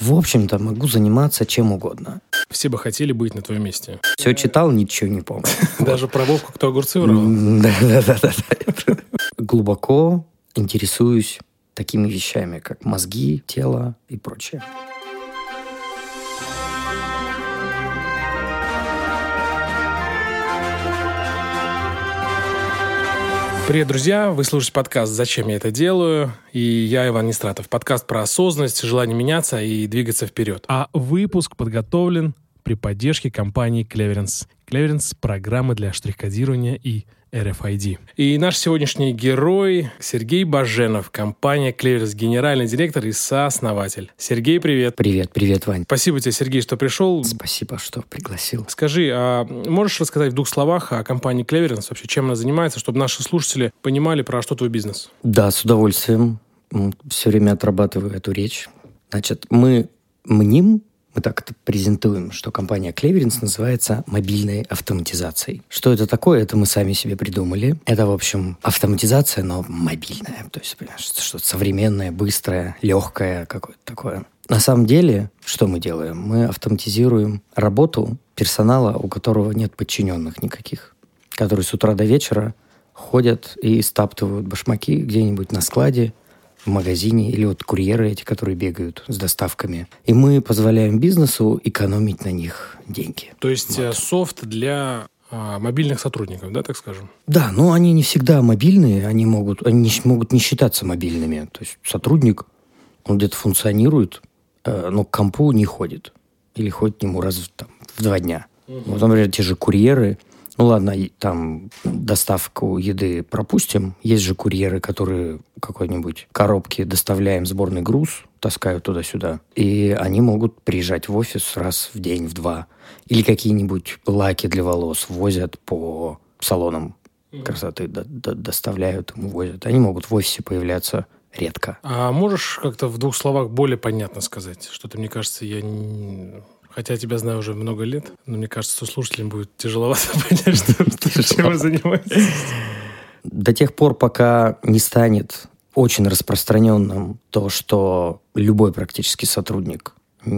В общем-то, могу заниматься чем угодно. Все бы хотели быть на твоем месте. Все читал, ничего не помню. Даже про Вовку, кто огурцы воровал? Да. Глубоко интересуюсь такими вещами, как мозги, тело и прочее. Привет, друзья! Вы слушаете подкаст «Зачем я это делаю?» И я Иван Нестратов. Подкаст про осознанность, желание меняться и двигаться вперед. А выпуск подготовлен при поддержке компании Cleverance. Cleverance – программы для штрих-кодирования и RFID. И наш сегодняшний герой Сергей Баженов, компания Cleverance, генеральный директор и сооснователь. Сергей, привет. Привет, Вань. Спасибо тебе, Сергей, что пришел. Спасибо, что пригласил. Скажи, а можешь рассказать в двух словах о компании Cleverance, вообще чем она занимается, чтобы наши слушатели понимали, про что твой бизнес? Да, с удовольствием. Все время отрабатываю эту речь. Значит, мы так это презентуем, что компания Cleverance называется мобильной автоматизацией. Что это такое? Это мы сами себе придумали. Это, в общем, автоматизация, но мобильная. То есть, понимаешь, что-то современное, быстрое, легкое какое-то такое. На самом деле, что мы делаем? Мы автоматизируем работу персонала, у которого нет подчиненных никаких, которые с утра до вечера ходят и стаптывают башмаки где-нибудь на складе, в магазине, или вот курьеры эти, которые бегают с доставками. И мы позволяем бизнесу экономить на них деньги. То есть софт для мобильных сотрудников, да, так скажем? Да, но они не всегда мобильные, они могут не считаться мобильными. То есть сотрудник, он где-то функционирует, но к компу не ходит. Или ходит к нему раз в 2 дня. Вот, например, те же курьеры. Ну ладно, там доставку еды пропустим. Есть же курьеры, которые какой-нибудь коробки доставляем сборный груз, таскают туда-сюда. И они могут приезжать в офис раз в день, в 2. Или какие-нибудь лаки для волос возят по салонам красоты, доставляют, возят. Они могут в офисе появляться редко. А можешь как-то в 2 словах более понятно сказать? Что-то, мне кажется, хотя я тебя знаю уже много лет, но мне кажется, что слушателям будет тяжеловато понять, чем вы занимаетесь. До тех пор, пока не станет очень распространенным то, что любой практически сотрудник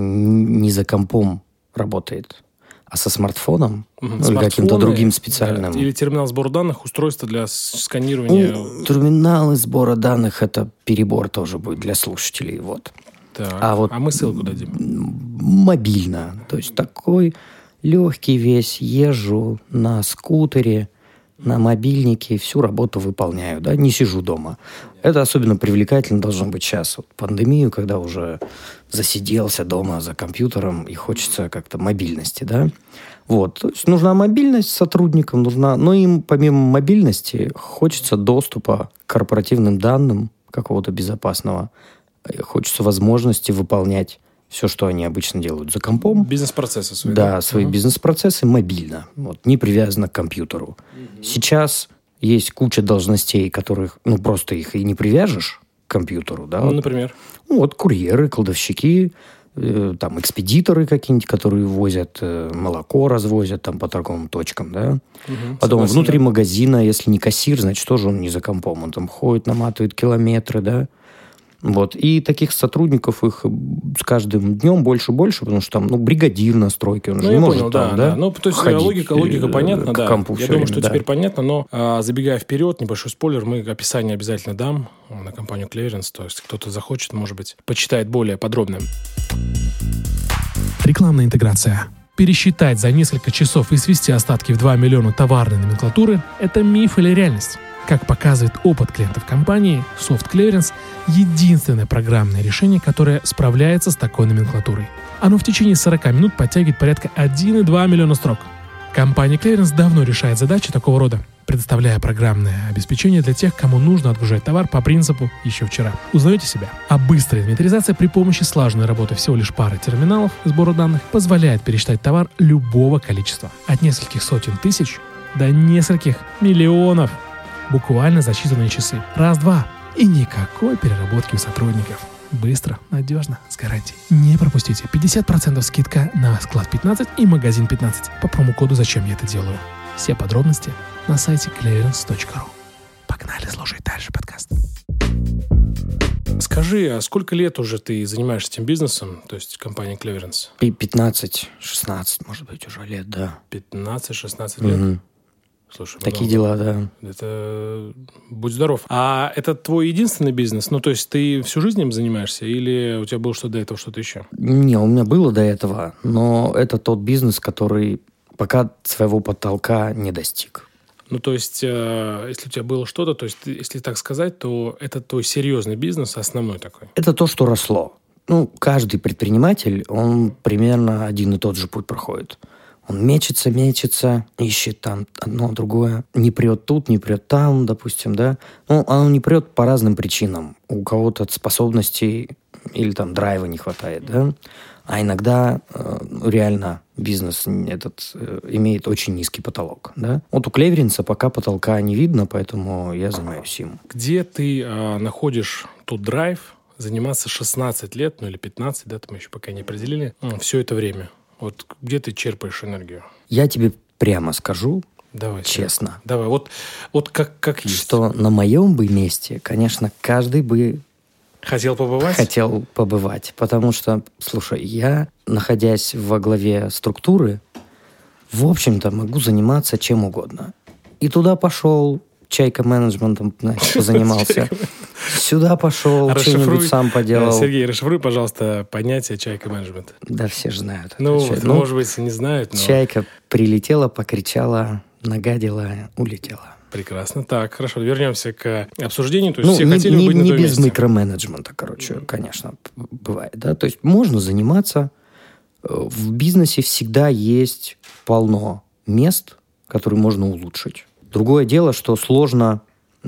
не за компом работает, а со смартфоном, или каким-то другим специальным. Да, или терминал сбора данных, устройство для сканирования. Терминалы сбора данных – это перебор тоже будет для слушателей. Вот. Так, а мы ссылку дадим. Мобильно. То есть такой легкий весь, езжу на скутере, на мобильнике, всю работу выполняю, да, не сижу дома. Это особенно привлекательно должно быть сейчас, вот пандемию, когда уже засиделся дома за компьютером и хочется как-то мобильности, да. Вот, то есть нужна мобильность сотрудникам, но им помимо мобильности хочется доступа к корпоративным данным какого-то безопасного, хочется возможности выполнять все, что они обычно делают за компом. Бизнес-процессы свои. Да, свои бизнес-процессы мобильно, вот, не привязано к компьютеру. Сейчас есть куча должностей, которых, просто их и не привяжешь к компьютеру. Да, например? Вот курьеры, кладовщики, там экспедиторы какие-нибудь, которые возят молоко, развозят там по торговым точкам, да. Потом внутри магазина, если не кассир, значит, тоже он не за компом. Он там ходит, наматывает километры, да. Вот. И таких сотрудников их с каждым днем больше, потому что там, бригадир на стройке, он же не может там, да. Ну, то есть логика понятна, да. Я думаю, что теперь понятно, но забегая вперед, небольшой спойлер, мы описание обязательно дам на компанию Cleverance, то есть кто-то захочет, может быть, почитает более подробно. Рекламная интеграция. Пересчитать за несколько часов и свести остатки в 2 миллиона товарной номенклатуры – это миф или реальность? Как показывает опыт клиентов компании, Soft Cleverance – единственное программное решение, которое справляется с такой номенклатурой. Оно в течение 40 минут подтягивает порядка 1,2 миллиона строк. Компания Cleverance давно решает задачи такого рода, предоставляя программное обеспечение для тех, кому нужно отгружать товар по принципу «еще вчера». Узнаете себя? А быстрая инвентаризация при помощи слаженной работы всего лишь пары терминалов сбора данных позволяет пересчитать товар любого количества. От нескольких сотен тысяч до нескольких миллионов. Буквально за считанные часы. Раз-два. И никакой переработки у сотрудников. Быстро, надежно, с гарантией. Не пропустите 50% скидка на склад 15 и магазин 15 по промокоду «Зачем я это делаю». Все подробности на сайте cleverance.ru. Погнали слушать дальше подкаст. Скажи, а сколько лет уже ты занимаешься этим бизнесом, то есть компания Cleverence? И 15-16, может быть, уже лет, да. 15-16 лет? Мгм. Слушай, Такие много. дела, да. Это будь здоров. А это твой единственный бизнес? Ну, то есть ты всю жизнь им занимаешься? Или у тебя было что до этого, что-то еще? Не, у меня было до этого, но это тот бизнес, который пока своего потолка не достиг. Ну, то есть, если у тебя было что-то, то есть, если так сказать, то это твой серьезный бизнес, основной такой. Это то, что росло. Ну, каждый предприниматель, он примерно один и тот же путь проходит. Он мечется, ищет там одно, другое. Не прет тут, не прет там, допустим, да. Ну, оно не прет по разным причинам. У кого-то способностей или там драйва не хватает, да. А иногда реально бизнес этот имеет очень низкий потолок, да. Вот у Клеверинса пока потолка не видно, поэтому я занимаюсь им. Где ты находишь тот драйв заниматься 16 лет, ну или 15, да, там еще пока не определили, все это время? Вот где ты черпаешь энергию? Я тебе прямо скажу, Давай, честно. Давай, вот как есть. Что на моем бы месте, конечно, каждый бы хотел побывать? Хотел побывать. Потому что, слушай, я, находясь во главе структуры, в общем-то, могу заниматься чем угодно. И туда пошел, чайка-менеджментом, значит, позанимался. Сюда пошел, что-нибудь сам поделал. Сергей, расшифруй, пожалуйста, понятие чайка-менеджмент. Да, все же знают. Ну, может быть, не знают, но... Чайка прилетела, покричала, нагадила, улетела. Прекрасно. Так, хорошо, вернемся к обсуждению. То есть все хотели быть на том месте. Не без микроменеджмента, конечно, бывает. Да? То есть можно заниматься. В бизнесе всегда есть полно мест, которые можно улучшить. Другое дело, что сложно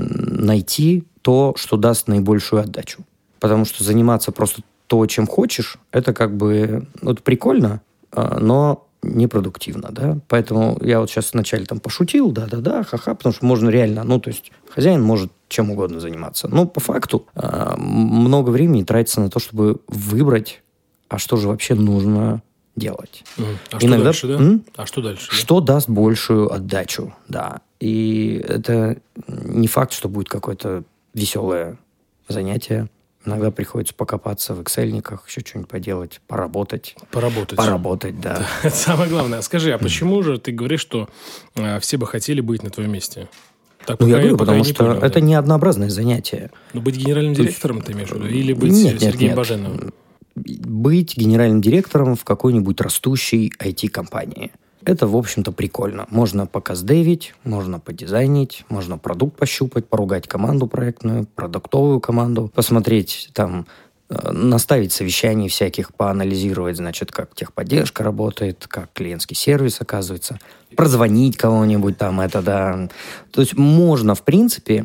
найти то, что даст наибольшую отдачу. Потому что заниматься просто то, чем хочешь, это как бы это прикольно, но непродуктивно, да. Поэтому я вот сейчас вначале там пошутил, да-да-да, ха-ха, потому что можно реально, ну, то есть хозяин может чем угодно заниматься. Но по факту много времени тратится на то, чтобы выбрать, а что же вообще нужно делать. А что дальше, да? А что дальше? Что даст большую отдачу, да. И это не факт, что будет какое-то веселое занятие. Иногда приходится покопаться в Excel-никах, еще что-нибудь поделать, поработать. Поработать, да. Это самое главное. Скажи, а почему же ты говоришь, что все бы хотели быть на твоем месте? Так, я говорю, потому что это не однообразное занятие. Ну, быть генеральным директором, ты имеешь в виду? Или быть Сергеем Баженовым? Быть генеральным директором в какой-нибудь растущей IT-компании. Это, в общем-то, прикольно. Можно показдевить, можно подизайнить, можно продукт пощупать, поругать команду проектную, продуктовую команду, посмотреть там, наставить совещаний всяких, поанализировать, значит, как техподдержка работает, как клиентский сервис оказывается, прозвонить кого-нибудь там, это да. То есть можно, в принципе,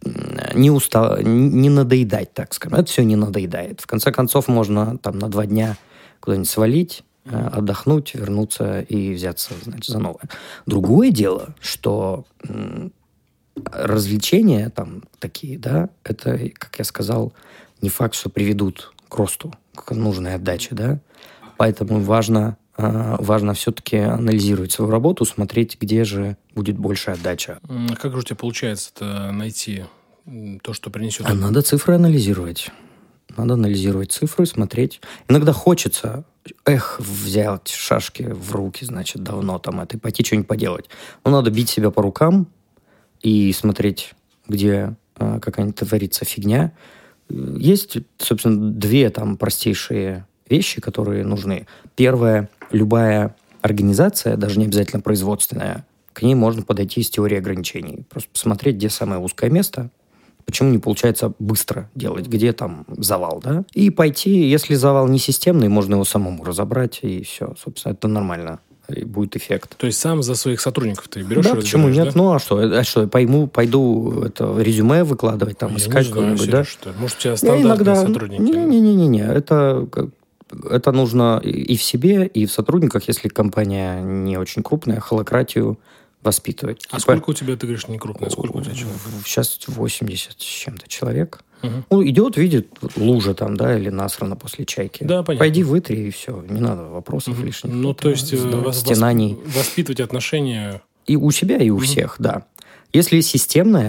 не надоедать, так скажем. Это все не надоедает. В конце концов, можно там на 2 дня куда-нибудь свалить, отдохнуть, вернуться и взяться, значит, за новое. Другое дело, что развлечения там такие, да, это, как я сказал, не факт, что приведут к росту, к нужной отдаче, да. Поэтому важно все-таки анализировать свою работу, смотреть, где же будет большая отдача. А как же у тебя получается найти то, что принесет? А надо цифры анализировать. Надо анализировать цифры, смотреть. Иногда хочется, взять шашки в руки, значит, давно там это, и пойти что-нибудь поделать. Но надо бить себя по рукам и смотреть, где какая-нибудь творится фигня. Есть, собственно, 2 там простейшие вещи, которые нужны. Первое, любая организация, даже не обязательно производственная, к ней можно подойти с теорией ограничений. Просто посмотреть, где самое узкое место, почему не получается быстро делать, где там завал, да? И пойти, если завал не системный, можно его самому разобрать, и все, собственно, это нормально, и будет эффект. То есть сам за своих сотрудников ты берешь? Да, почему нет? Да? Ну, а что? Пойду это резюме выкладывать, там, искать кого-нибудь, да? Что? Может, у тебя стандартные сотрудники? Не. Это нужно и в себе, и в сотрудниках, если компания не очень крупная, холократию воспитывать. А сколько у тебя, ты говоришь, не крупная, сколько у тебя человек? Сейчас 80 с чем-то человек. Ну, идет, видит лужа там, да, или насрано после чайки. Да, понятно. Пойди вытри, и все. Не надо вопросов лишних. Ну, то есть стенаний. Воспитывать отношения... И у себя, и у всех, да. Если системная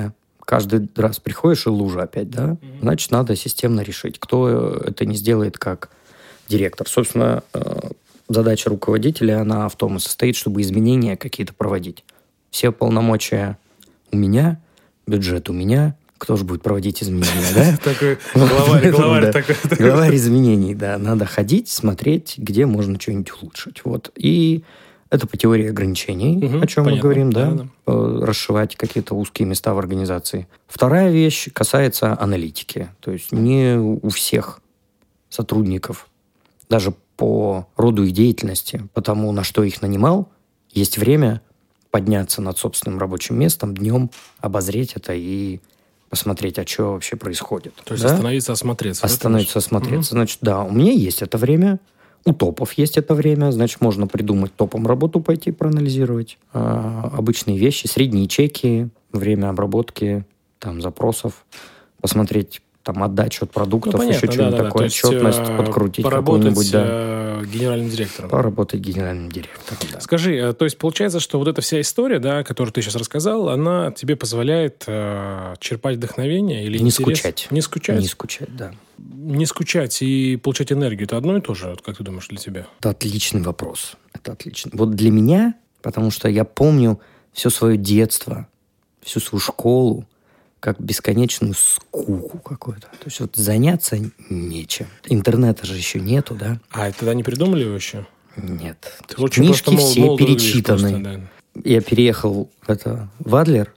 каждый раз приходишь и лужа опять, да? Значит, надо системно решить, кто это не сделает как директор. Собственно, задача руководителя, она в том и состоит, чтобы изменения какие-то проводить. Все полномочия у меня, бюджет у меня. Кто же будет проводить изменения, да? Такой главарь такой. Главарь изменений, да. Надо ходить, смотреть, где можно что-нибудь улучшить. Вот. И это по теории ограничений, о чем мы говорим, да? Расшивать какие-то узкие места в организации. Вторая вещь касается аналитики. То есть не у всех сотрудников, даже по роду их деятельности, по тому, на что их нанимал, есть время подняться над собственным рабочим местом, днем обозреть это и посмотреть, а что вообще происходит. То есть остановиться, осмотреться. Остановиться, осмотреться. Значит, да, у меня есть это время, у топов есть это время, значит, можно придумать топом работу пойти проанализировать. Обычные вещи, средние чеки, время обработки, там, запросов, посмотреть там отдачу от продуктов, еще что-нибудь такое, отчетность подкрутить какую-нибудь, да. Генеральным директором. Поработать генеральным директором, да. Скажи, то есть получается, что вот эта вся история, да, которую ты сейчас рассказал, она тебе позволяет черпать вдохновение или интерес? Скучать. Не скучать? Не скучать, да. Не скучать и получать энергию, это одно и то же, как ты думаешь, для тебя? Это отличный вопрос. Это отлично. Вот для меня, потому что я помню все свое детство, всю свою школу, как бесконечную скуку какую-то. То есть вот заняться нечем. Интернета же еще нету, да? А тогда не придумали его еще? Нет. Книжки все перечитаны. Просто, да. Я переехал в Адлер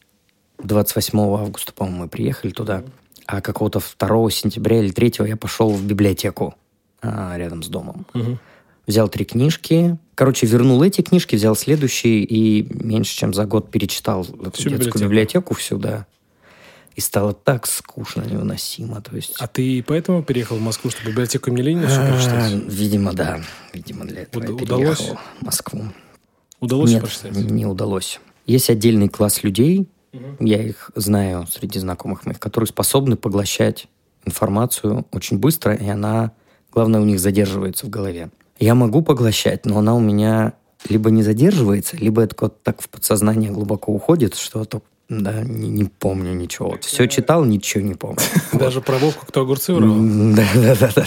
28 августа, по-моему, мы приехали туда. А какого-то 2 сентября или 3 я пошел в библиотеку рядом с домом. Взял 3 книжки. Короче, вернул эти книжки, взял следующие и меньше чем за год перечитал эту детскую библиотеку всю, да. И стало так скучно, невыносимо. То есть... А ты поэтому переехал в Москву, чтобы библиотеку имени Ленина все прочитать? Видимо, да. Видимо, для этого я переехал в Москву. Удалось Нет, прочитать? Не удалось. Есть отдельный класс людей, я их знаю среди знакомых моих, которые способны поглощать информацию очень быстро, и она, главное, у них задерживается в голове. Я могу поглощать, но она у меня либо не задерживается, либо это так в подсознание глубоко уходит, что да, не помню ничего. Вот все читал, ничего не помню. Даже про Вовку, кто огурцы урвал? Да.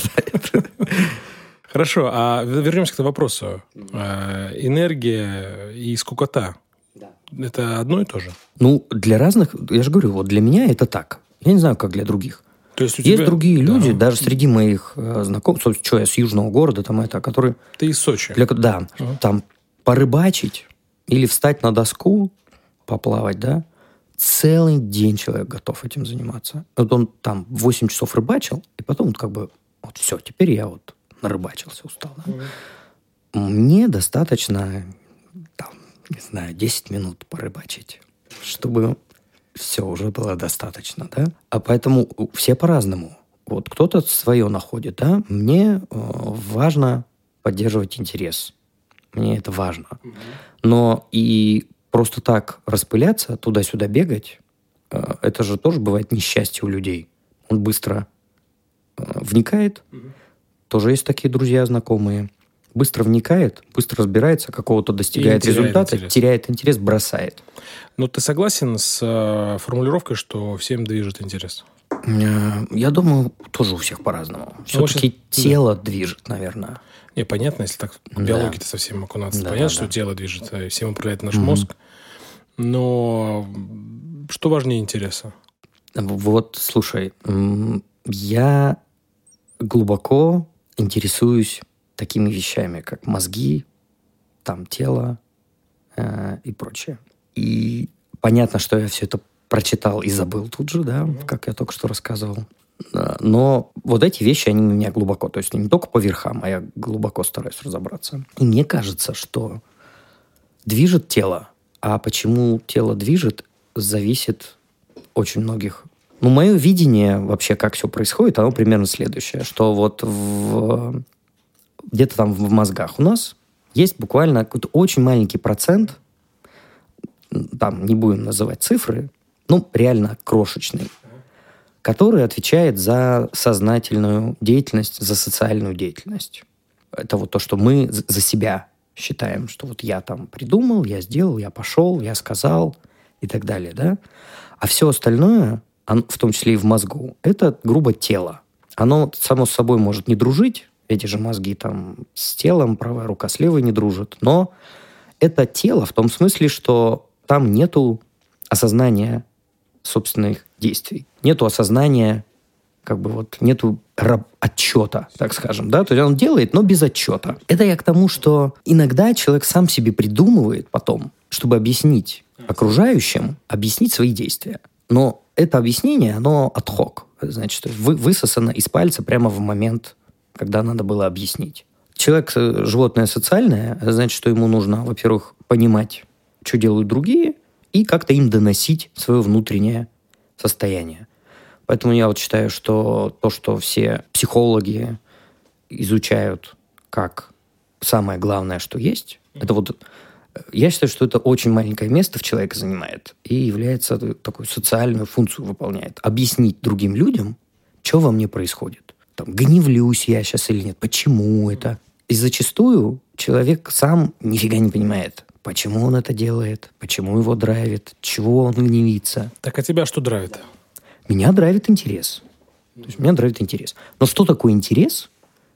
Хорошо, а вернемся к вопросу. Энергия и скукота. Это одно и то же? Ну, для разных, я же говорю, вот для меня это так. Я не знаю, как для других. То есть есть другие люди, даже среди моих знакомых, что я с южного города, которые... Ты из Сочи? Там порыбачить или встать на доску, поплавать, да, целый день человек готов этим заниматься. Вот он там 8 часов рыбачил, и потом все, теперь я нарыбачился, устал. Да? Мне достаточно, 10 минут порыбачить, чтобы все уже было достаточно, да? А поэтому все по-разному. Вот кто-то свое находит, да? Мне важно поддерживать интерес. Мне это важно. Но и просто так распыляться, туда-сюда бегать, это же тоже бывает несчастье у людей. Он быстро вникает. Тоже есть такие друзья, знакомые. Быстро вникает, быстро разбирается, какого-то достигает результата, теряет интерес, бросает. Но ты согласен с формулировкой, что всем движет интерес? Я думаю, тоже у всех по-разному. Все-таки тело движет, наверное. Не, понятно, если так в биологии-то совсем окунаться. Понятно, что тело движет, всем управляет наш мозг. Но что важнее интереса? Вот, слушай, я глубоко интересуюсь такими вещами, как мозги, тело и прочее. И понятно, что я все это прочитал и забыл тут же, да, как я только что рассказывал. Но вот эти вещи, они у меня глубоко, то есть не только по верхам, а я глубоко стараюсь разобраться. И мне кажется, что движет тело, а почему тело движет, зависит очень многих. Мое видение вообще, как все происходит, оно примерно следующее, что вот где-то там в мозгах у нас есть буквально какой-то очень маленький процент, там не будем называть цифры, реально крошечный, который отвечает за сознательную деятельность, за социальную деятельность. Это вот то, что мы за себя считаем, что вот я там придумал, я сделал, я пошел, я сказал, и так далее, да? А все остальное, в том числе и в мозгу, это грубо тело. Оно само с собой может не дружить, эти же мозги там с телом, правая рука с левой не дружат, но это тело в том смысле, что там нету осознания собственных действий, нету осознания, нету отчета, так скажем, да, то есть он делает, но без отчета. Это я к тому, что иногда человек сам себе придумывает потом, чтобы объяснить окружающим, объяснить свои действия. Но это объяснение, оно ad hoc, значит, высосано из пальца прямо в момент, когда надо было объяснить. Человек животное социальное, значит, что ему нужно, во-первых, понимать, что делают другие, и как-то им доносить свое внутреннее состояние. Поэтому я считаю, что то, что все психологи изучают как самое главное, что есть, это я считаю, что это очень маленькое место в человеке занимает и является такой социальную функцию выполняет. Объяснить другим людям, что во мне происходит. Гневлюсь я сейчас или нет, почему это. И зачастую человек сам нифига не понимает, почему он это делает, почему его драйвит, чего он гневится. Так а тебя что драйвит? Меня драйвит интерес. То есть меня драйвит интерес. Но что такое интерес,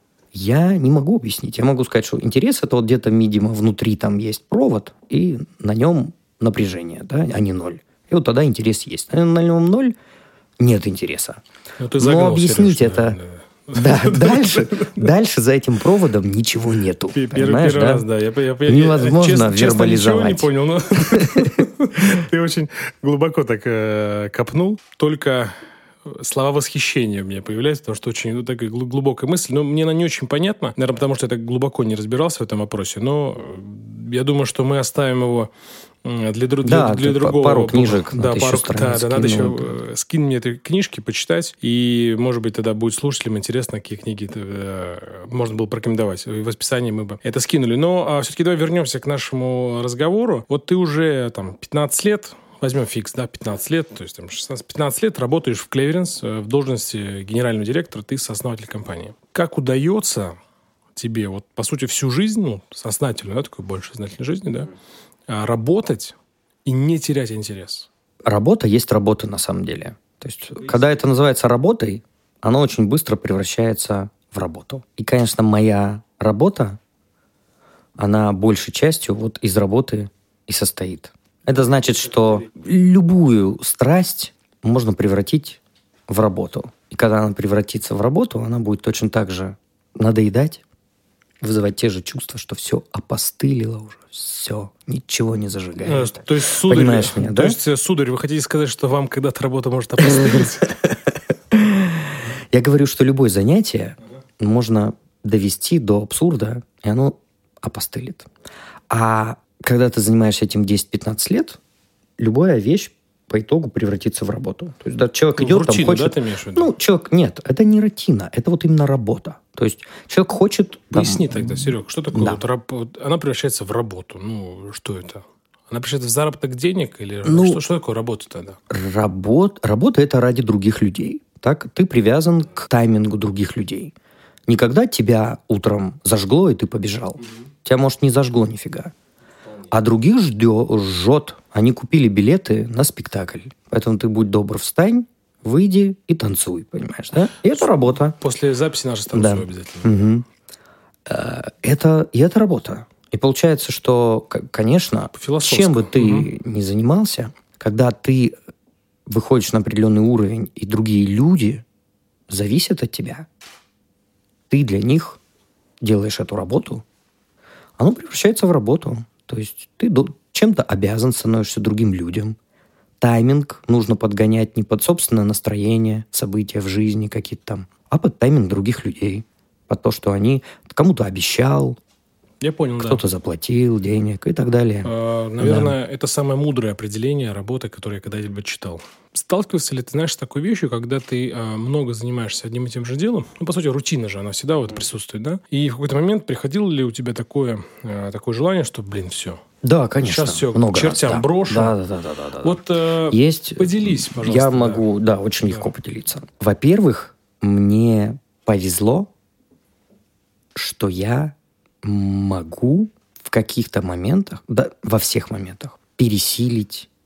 я не могу объяснить. Я могу сказать, что интерес – это где-то, видимо, внутри там есть провод, и на нем напряжение, да, а не ноль. И тогда интерес есть. А на нем ноль – нет интереса. Но объяснить это... Да, дальше за этим проводом ничего нету. Понимаешь, первый раз, да. Невозможно вербализовать. Честно, ничего не понял, но ты очень глубоко так копнул. Только слова восхищения у меня появляются, потому что очень такая глубокая мысль. Но мне она не очень понятна. Наверное, потому что я так глубоко не разбирался в этом вопросе. Но я думаю, что мы оставим его для другого. Пару книжек. Надо еще скинь мне эти книжки, почитать. И, может быть, тогда будет слушателям интересно, какие книги можно было порекомендовать. В описании мы бы это скинули. Но все-таки давай вернемся к нашему разговору. Вот ты уже 15 лет... Возьмем фикс, 15 лет, то есть 16-15 лет работаешь в Cleverence в должности генерального директора, ты сооснователь компании. Как удается тебе, по сути, всю жизнь, сознательную, такой больше сознательной жизни, работать и не терять интерес? Работа есть работа на самом деле. То есть, когда это называется работой, оно очень быстро превращается в работу. И, конечно, моя работа, она большей частью из работы и состоит. Это значит, что любую страсть можно превратить в работу. И когда она превратится в работу, она будет точно так же надоедать, вызывать те же чувства, что все опостылило уже, все, ничего не зажигает. То есть, сударь, понимаешь меня, да? То есть, сударь, вы хотите сказать, что вам когда-то работа может опостылить? Я говорю, что любое занятие можно довести до абсурда, и оно опостылит. А когда ты занимаешься этим 10-15 лет, любая вещь по итогу превратится в работу. То есть, человек идет, рутину, хочет... да, ты имеешь в виду? Нет, это не рутина, это именно работа. То есть, человек хочет... Поясни тогда, Серег, что такое она превращается в работу? Что это? Она превращается в заработок денег? Или что такое работа тогда? Работа – это ради других людей. Так? Ты привязан к таймингу других людей. Никогда тебя утром зажгло, и ты побежал. Тебя, может, не зажгло нифига. А других жжет. Они купили билеты на спектакль. Поэтому ты будь добр, встань, выйди и танцуй, понимаешь, да? И это работа. После записи нашей станцуй обязательно. Угу. Это работа. И получается, что, конечно, чем бы ты ни занимался, когда ты выходишь на определенный уровень, и другие люди зависят от тебя, ты для них делаешь эту работу, оно превращается в работу. То есть ты чем-то обязан становишься другим людям. Тайминг нужно подгонять не под собственное настроение, события в жизни какие-то там, а под тайминг других людей. Под то, что они кому-то обещал, я понял, кто-то заплатил денег и так далее. Наверное, это самое мудрое определение работы, которое я когда-либо читал. Сталкивался ли ты, знаешь, с такой вещью, когда ты много занимаешься одним и тем же делом? По сути, рутина же, она всегда присутствует, да? И в какой-то момент приходило ли у тебя такое желание, что, все. Да, конечно. Сейчас все много к чертям раз, брошу. Да. Есть, поделись, пожалуйста. Я могу, очень легко поделиться. Во-первых, мне повезло, что я могу в каких-то моментах, во всех моментах, пересилить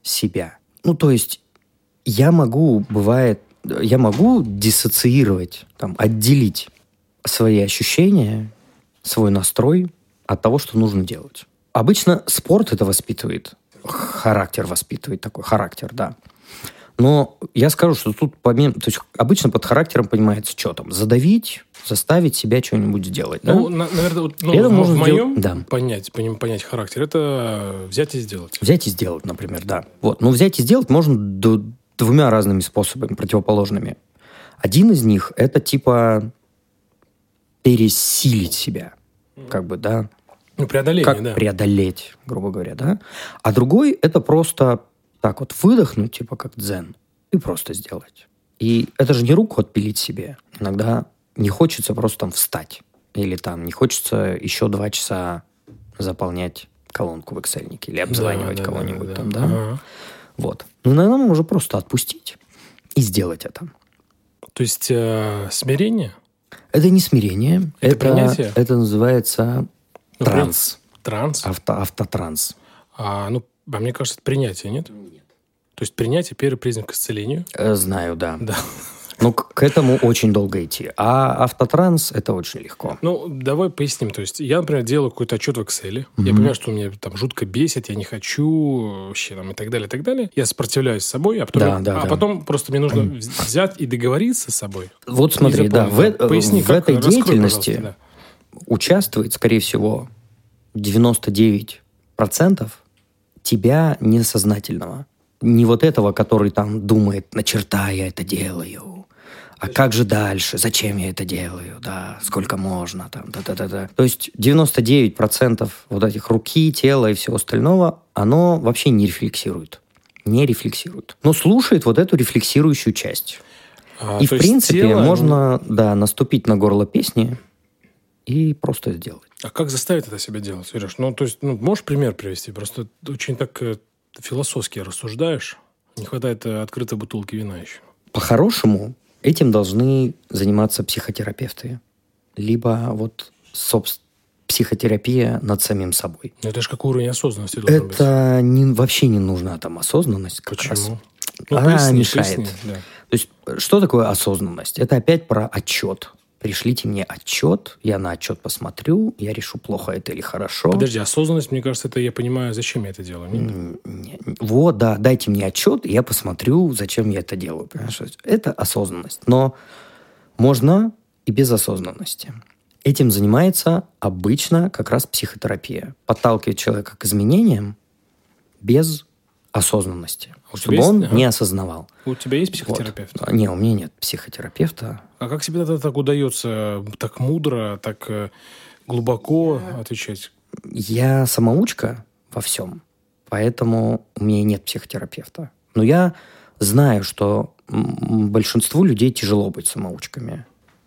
себя. Ну, то есть я могу диссоциировать, отделить свои ощущения, свой настрой от того, что нужно делать. Обычно спорт это воспитывает, характер воспитывает, такой характер, да. Но я скажу, что тут помимо... То есть обычно под характером понимается, что там, задавить, заставить себя что-нибудь сделать. Да? Ну, наверное, в моем понять характер, это взять и сделать. Взять и сделать, например, да. Вот. Но взять и сделать можно двумя разными способами, противоположными. Один из них – это типа пересилить себя. Как бы, да. Ну, преодоление, как да. преодолеть, грубо говоря, да. А другой – это просто так вот выдохнуть, типа как дзен, и просто сделать. И это же не руку отпилить себе. Иногда не хочется просто там встать. Или там не хочется еще 2 часа заполнять колонку в Excel-нике или обзванивать кого-нибудь там, да? Ага. Вот. Но иногда можно просто отпустить и сделать это. То есть смирение? Это не смирение. Это принятие? Это называется транс. Транс? Автотранс. Мне кажется, это принятие, нет? То есть принятие – первый признак к исцелению? Знаю, да. Да. Но к этому очень долго идти. А автотранс – это очень легко. Ну, давай поясним. То есть я, например, делаю какой-то отчет в Excel. Я понимаю, что меня там жутко бесит, я не хочу вообще там и так далее, и так далее. Я сопротивляюсь с собой, а потом просто мне нужно взять и договориться с собой. Вот смотри, да, Поясни, в этой деятельности участвует, скорее всего, 99% тебя несознательного. Не вот этого, который там думает, на черта я это делаю, а как же дальше, зачем я это делаю, да, сколько можно, там, да-да-да. То есть 99% вот этих руки, тела и всего остального, оно вообще не рефлексирует. Не рефлексирует. Но слушает вот эту рефлексирующую часть. И, в принципе, можно наступить на горло песни и просто сделать. А как заставить это себя делать, Сереж? Можешь пример привести? Просто очень так философски рассуждаешь. Не хватает открытой бутылки вина еще. По-хорошему, этим должны заниматься психотерапевты. Либо психотерапия над самим собой. Но это же какой уровень осознанности должен быть? Это вообще не нужна там осознанность. Почему? Она мешает. Да. То есть, что такое осознанность? Это опять про отчет. Пришлите мне отчет, я на отчет посмотрю, я решу, плохо это или хорошо. Подожди, осознанность, мне кажется, это я понимаю, зачем я это делаю. Вот, да, дайте мне отчет, и я посмотрю, зачем я это делаю. Понимаешь? Это осознанность. Но можно и без осознанности. Этим занимается обычно как раз психотерапия. Подталкивает человека к изменениям без осознанности. Чтобы он не осознавал. У тебя есть психотерапевт? Вот. Не, у меня нет психотерапевта. А как тебе тогда так удается так мудро, так глубоко отвечать? Я самоучка во всем, поэтому у меня нет психотерапевта. Но я знаю, что большинству людей тяжело быть самоучками.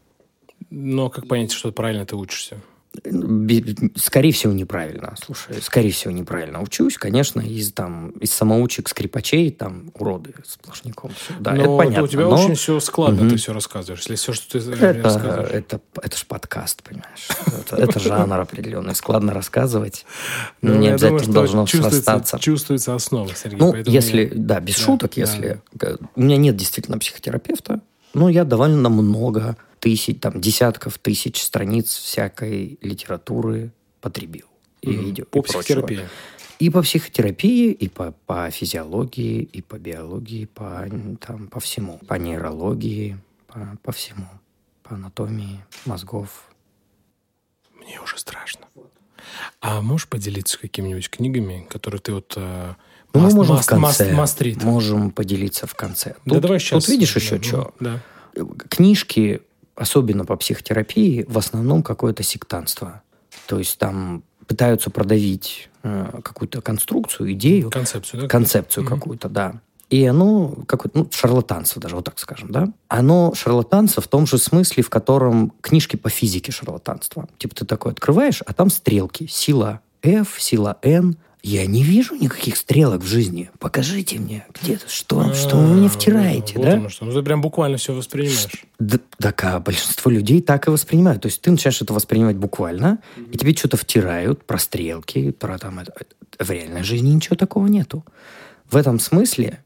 Но как понять, что правильно ты учишься? Скорее всего, неправильно. Слушай, скорее всего, неправильно учусь. Конечно, из самоучек-скрипачей там уроды сплошняком. Да, но это понятно. У тебя очень все складно, ты все рассказываешь. Если все, что ты рассказываешь. Это ж подкаст, понимаешь. Это жанр определенный. Складно рассказывать. Не обязательно должно срастаться. Чувствуется основа, Сергей. Ну, если, без шуток, если... У меня нет действительно психотерапевта, но я довольно много десятков тысяч страниц всякой литературы потребил. По психотерапии. И по психотерапии, и по физиологии, и по биологии, по всему. По нейрологии, по всему. По анатомии мозгов. Мне уже страшно. А можешь поделиться какими-нибудь книгами, которые ты мы можем в конце. Мастрит. Можем поделиться в конце. Давай сейчас. Тут видишь еще что? Да. Книжки, особенно по психотерапии, в основном какое-то сектантство. То есть там пытаются продавить какую-то конструкцию, идею. Концепцию, да? Концепцию какую-то, да. И оно какое-то, шарлатанство даже, вот так скажем, да? Оно шарлатанство в том же смысле, в котором книжки по физике шарлатанство. Типа ты такой открываешь, а там стрелки. Сила F, сила N. Я не вижу никаких стрелок в жизни. Покажите мне, где-то, что вы мне втираете, да? Вот что. Ты прям буквально все воспринимаешь. Да, большинство людей так и воспринимают. То есть ты начинаешь это воспринимать буквально, и тебе что-то втирают про стрелки, про там... В реальной жизни ничего такого нету. В этом смысле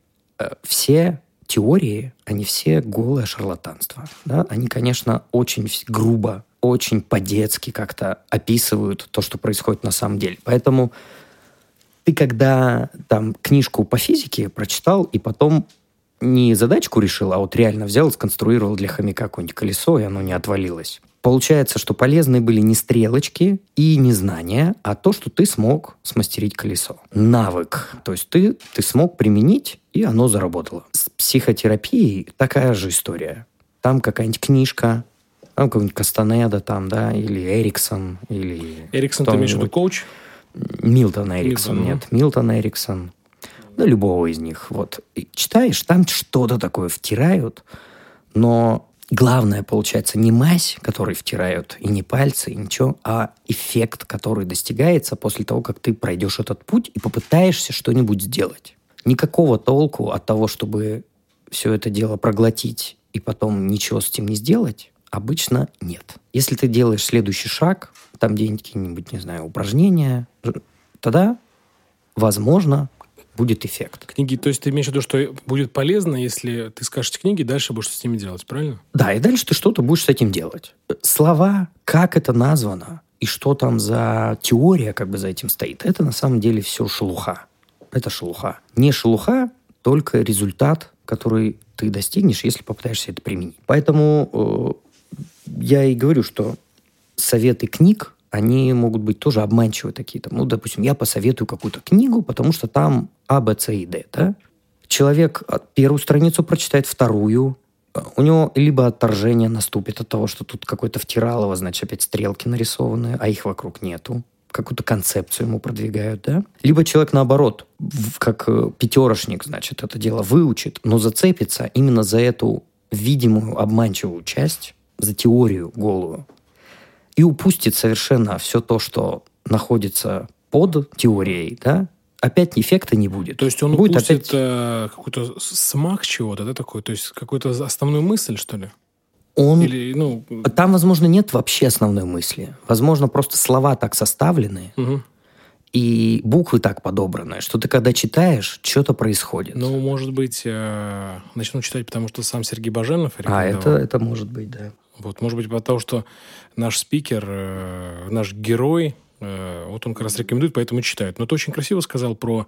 все теории, они все голое шарлатанство. Да? Они, конечно, очень грубо, очень по-детски как-то описывают то, что происходит на самом деле. Поэтому ты, когда там книжку по физике прочитал, и потом не задачку решил, а вот реально взял и сконструировал для хомяка какое-нибудь колесо, и оно не отвалилось. Получается, что полезны были не стрелочки и не знания, а то, что ты смог смастерить колесо. Навык. То есть ты смог применить, и оно заработало. С психотерапией такая же история. Там какая-нибудь книжка, там какой-нибудь Кастанеда, там, да, или Эриксон, или... Эриксон, ты имеешь в виду коуч? Милтон Эриксон, нет. Милтон Эриксон. Да, любого из них. Вот. И читаешь, там что-то такое втирают, но главное, получается, не мазь, которую втирают, и не пальцы, и ничего, а эффект, который достигается после того, как ты пройдешь этот путь и попытаешься что-нибудь сделать. Никакого толку от того, чтобы все это дело проглотить и потом ничего с этим не сделать, обычно нет. Если ты делаешь следующий шаг, там где-нибудь какие-нибудь, не знаю, упражнения, тогда, возможно, будет эффект. Книги, то есть ты имеешь в виду, что будет полезно, если ты скажешь книги, дальше будешь с ними делать, правильно? Да, и дальше ты что-то будешь с этим делать. Слова, как это названо, и что там за теория как бы за этим стоит, это на самом деле все шелуха. Это шелуха. Не шелуха, только результат, который ты достигнешь, если попытаешься это применить. Поэтому я и говорю, что советы книг, они могут быть тоже обманчивые такие. Там, ну, допустим, я посоветую какую-то книгу, потому что там А, Б, С и Д. Да? Человек первую страницу прочитает, вторую. У него либо отторжение наступит от того, что тут какое-то втиралово, значит, опять стрелки нарисованы, а их вокруг нету. Какую-то концепцию ему продвигают, да? Либо человек, наоборот, как пятерошник, значит, это дело выучит, но зацепится именно за эту видимую обманчивую часть, за теорию голую, и упустит совершенно все то, что находится под теорией, да? Опять эффекта не будет. То есть он будет упустит опять... какой-то смак чего-то, да, такой? То есть какую-то основную мысль, что ли? Или, ну... Там, возможно, нет вообще основной мысли. Возможно, просто слова так составлены, и буквы так подобраны, что ты, когда читаешь, что-то происходит. Ну, может быть, начну читать, потому что сам Сергей Баженов рекомендовал. Это может быть, да. Вот, может быть, потому что наш спикер, наш герой, вот он как раз рекомендует, поэтому читают. Но ты очень красиво сказал про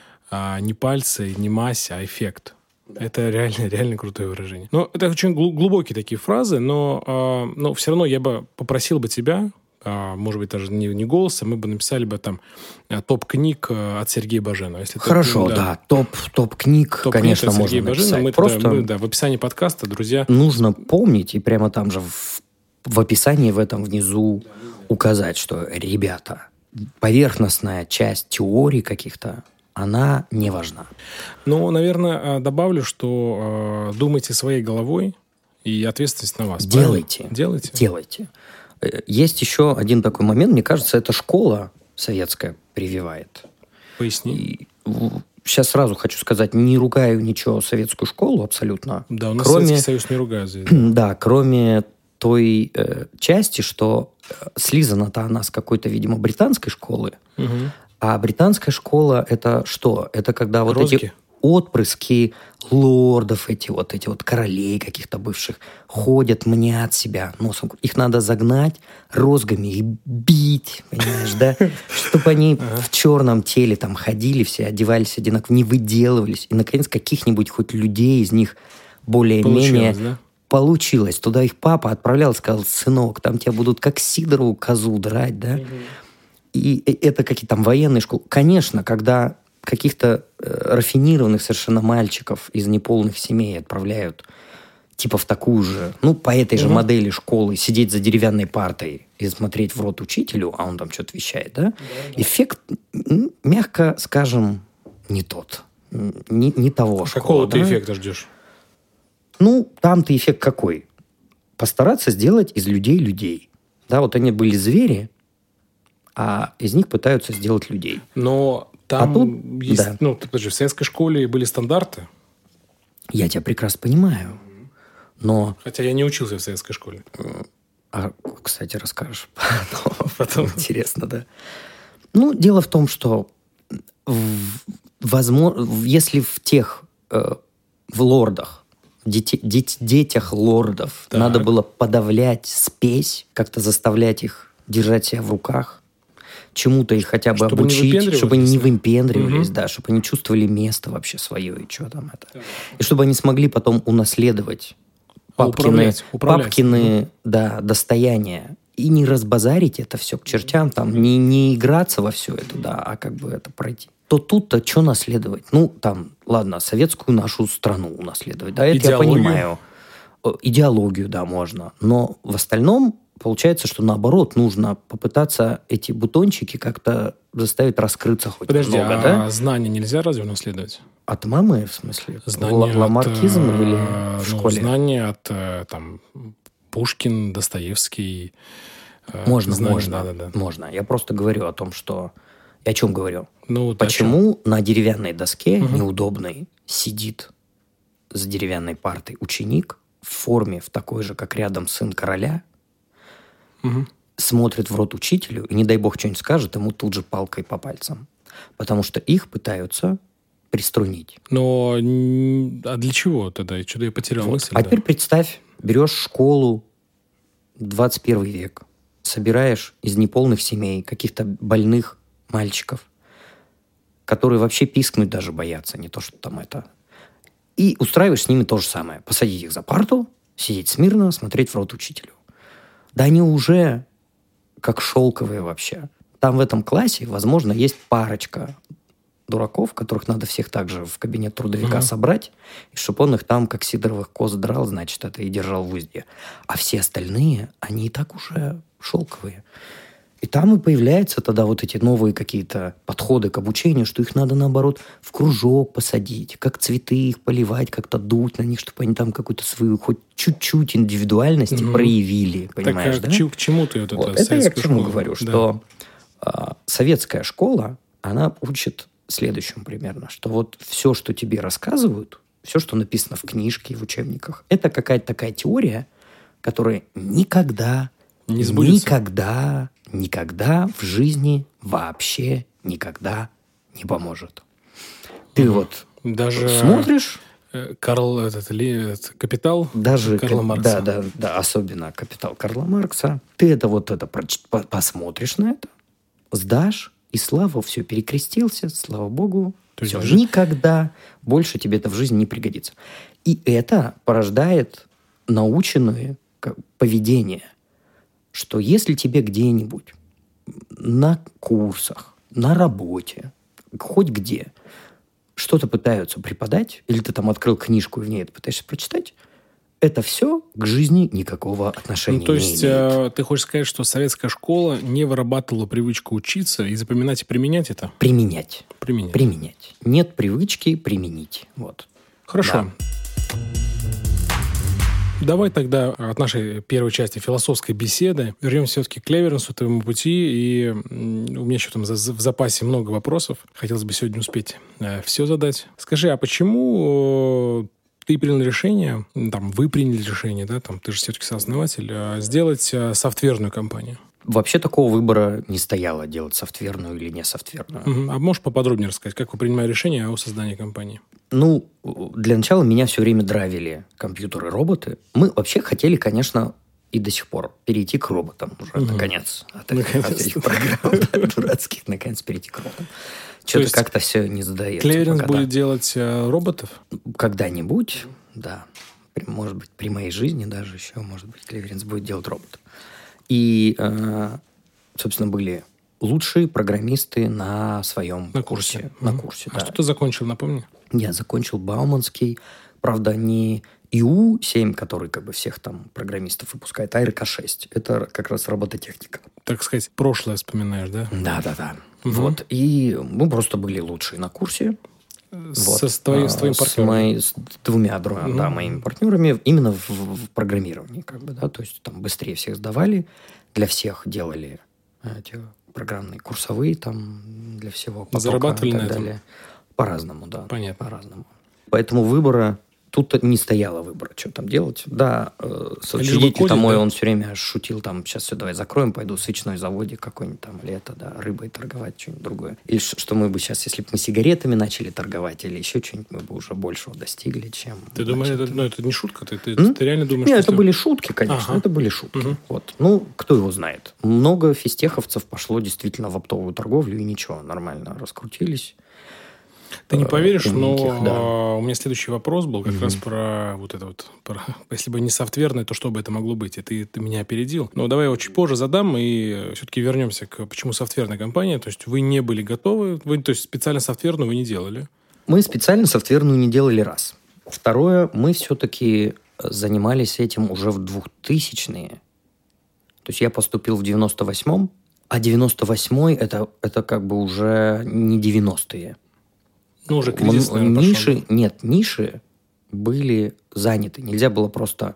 не пальцы, не мазь, а эффект. Да. Это реально крутое выражение. Но это очень глубокие такие фразы, но все равно я бы попросил бы тебя, может быть, даже не голосом, мы бы написали бы там топ книг от Сергея Баженова. Если хорошо, да. Топ книг, конечно, можно написать. Мы просто в описании подкаста, друзья. Нужно помнить и прямо там же в описании в этом внизу указать, что, ребята, поверхностная часть теории каких-то, она не важна. Ну, наверное, добавлю, что думайте своей головой, и ответственность на вас. Делайте. Делайте. Есть еще один такой момент, мне кажется, это школа советская прививает. Поясни. И сейчас сразу хочу сказать, не ругаю ничего советскую школу абсолютно. Да, у нас Советский Союз не ругает здесь. Да, кроме той части, что слизана-то она с какой-то, видимо, британской школы. Угу. А британская школа это что? Это когда вот розги? Эти отпрыски лордов, эти вот королей каких-то бывших, ходят, мнят себя носом. Их надо загнать розгами и бить, понимаешь, да? Чтобы они в черном теле там ходили все, одевались одинаково, не выделывались. И, наконец, каких-нибудь хоть людей из них более-менее... Получилось. Туда их папа отправлял, сказал: сынок, там тебя будут как сидорову козу драть, да? И это какие-то там военные школы. Конечно, когда каких-то рафинированных совершенно мальчиков из неполных семей отправляют типа в такую же, ну, по этой же модели школы, сидеть за деревянной партой и смотреть в рот учителю, а он там что-то вещает, да? Эффект, мягко скажем, не тот. Не того школа. Какого ты эффекта ждешь? Ну, там-то эффект какой? Постараться сделать из людей. Да, вот они были звери, а из них пытаются сделать людей. Но там есть... Да. Ну, подожди, в советской школе были стандарты. Я тебя прекрасно понимаю, но... Хотя я не учился в советской школе. А, кстати, расскажешь потом. Интересно, да. Ну, дело в том, что возможно, если в тех, в лордах, детях лордов надо было подавлять спесь, как-то заставлять их держать себя в руках, чему-то их хотя бы чтобы обучить, чтобы они не выпендривались, да, чтобы они чувствовали место вообще свое, и что там это. И чтобы они смогли потом унаследовать папкины достояния. И не разбазарить это все к чертям, там, не играться во все это, да, а как бы это пройти. То тут-то что наследовать? Ну, там, ладно, советскую нашу страну унаследовать, да, это я понимаю. Идеологию, да, можно. Но в остальном получается, что наоборот, нужно попытаться эти бутончики как-то заставить раскрыться хоть немного, да? А знания нельзя разве унаследовать? От мамы, в смысле? Ламаркизм или в школе? Знания от, там, Пушкин, Достоевский. Можно. Я просто говорю о том, что... Я о чем говорю? Почему на деревянной доске неудобной сидит за деревянной партой ученик в форме, в такой же, как рядом сын короля, смотрит в рот учителю, и, не дай бог, что-нибудь скажет, ему тут же палкой по пальцам. Потому что их пытаются приструнить. Но а для чего тогда? Что-то я потерял мысль. А теперь представь, берешь школу, 21 век, собираешь из неполных семей каких-то больных мальчиков, которые вообще пискнуть даже боятся, не то что там это. И устраиваешь с ними то же самое. Посадить их за парту, сидеть смирно, смотреть в рот учителю. Да они уже как шелковые вообще. Там в этом классе, возможно, есть парочка дураков, которых надо всех также в кабинет трудовика собрать, и чтобы он их там, как сидоровых коз, драл, значит, это и держал в узде. А все остальные, они и так уже шелковые. И там и появляются тогда вот эти новые какие-то подходы к обучению, что их надо, наоборот, в кружок посадить, как цветы их поливать, как-то дуть на них, чтобы они там какую-то свою хоть чуть-чуть индивидуальности проявили. Понимаешь, так, да? К чему ты это? Это я к чему говорю, что советская школа, она учит следующему примерно, что вот все, что тебе рассказывают, все, что написано в книжке и в учебниках, это какая-то такая теория, которая никогда в жизни вообще никогда не поможет. Ты вот даже смотришь... «Капитал» даже Карла Маркса. Да, особенно «Капитал» Карла Маркса. Ты это посмотришь на это, сдашь, и слава, все, перекрестился, слава богу, все, никогда больше тебе это в жизни не пригодится. И это порождает наученное поведение, что если тебе где-нибудь на курсах, на работе, хоть где, что-то пытаются преподать, или ты там открыл книжку и в ней это пытаешься прочитать, это все к жизни никакого отношения не имеет. То есть ты хочешь сказать, что советская школа не вырабатывала привычку учиться и запоминать и применять это? Применять. Нет привычки применить. Вот. Хорошо. Да. Давай тогда от нашей первой части философской беседы вернемся все-таки к Клеверенсу, твоему пути. И у меня еще там в запасе много вопросов. Хотелось бы сегодня успеть все задать. Скажи, а почему ты принял решение, вы приняли решение, да, ты же все-таки сооснователь, сделать софтверную компанию? Вообще такого выбора не стояло, делать софтверную или не софтверную. А можешь поподробнее рассказать, как вы принимали решение о создании компании? Для начала меня все время драйвили компьютеры-роботы. Мы вообще хотели, конечно, и до сих пор перейти к роботам уже, наконец. От этих программ дурацких, наконец, перейти к роботам. Что-то как-то все не задается. Клеверенс будет делать роботов? Когда-нибудь, да. Может быть, при моей жизни даже еще, может быть, Клеверенс будет делать роботов. И, собственно, были лучшие программисты на своем курсе. На курсе, да. Что ты закончил, напомни? Я закончил Бауманский. Правда, не ИУ-7, который всех там программистов выпускает, а РК-6. Это как раз робототехника. Так сказать, прошлое вспоминаешь, да? Да. Вот. И мы просто были лучшие на курсе. С твоим партнером? С двумя моими партнерами именно в программировании. То есть там быстрее всех сдавали, для всех делали эти программные курсовые, для всего потока. Зарабатывали и так на этом? далее. По-разному, да. Понятно. По-разному. Поэтому выбора тут не стояло выбора, что там делать. Да, соучредитель мой, он все время шутил, там, сейчас все, давай закроем, пойду в свечной заводик какой-нибудь там, или это, да, рыбой торговать, что-нибудь другое. Или что мы бы сейчас, если бы мы сигаретами начали торговать, или еще что-нибудь, мы бы уже большего достигли, чем... Ты думаешь, это не шутка? Ты реально думаешь, Нет, это были шутки, конечно, это были шутки. Вот. Ну, кто его знает. Много физтеховцев пошло действительно в оптовую торговлю, и ничего, нормально раскрутились. Ты не поверишь, но у меня следующий вопрос был как раз про вот это вот. Если бы не софтверное, то что бы это могло быть? И ты меня опередил. Но давай я чуть позже задам, и все-таки вернемся к почему софтверная компания. То есть вы не были готовы, то есть специально софтверную вы не делали? Мы специально софтверную не делали раз. Второе, мы все-таки занимались этим уже в 2000-е. То есть я поступил в 98-м, а 98-й это как бы уже не 90-е. Ну, уже кризис, наверное, ниши, нет, ниши были заняты. Нельзя было просто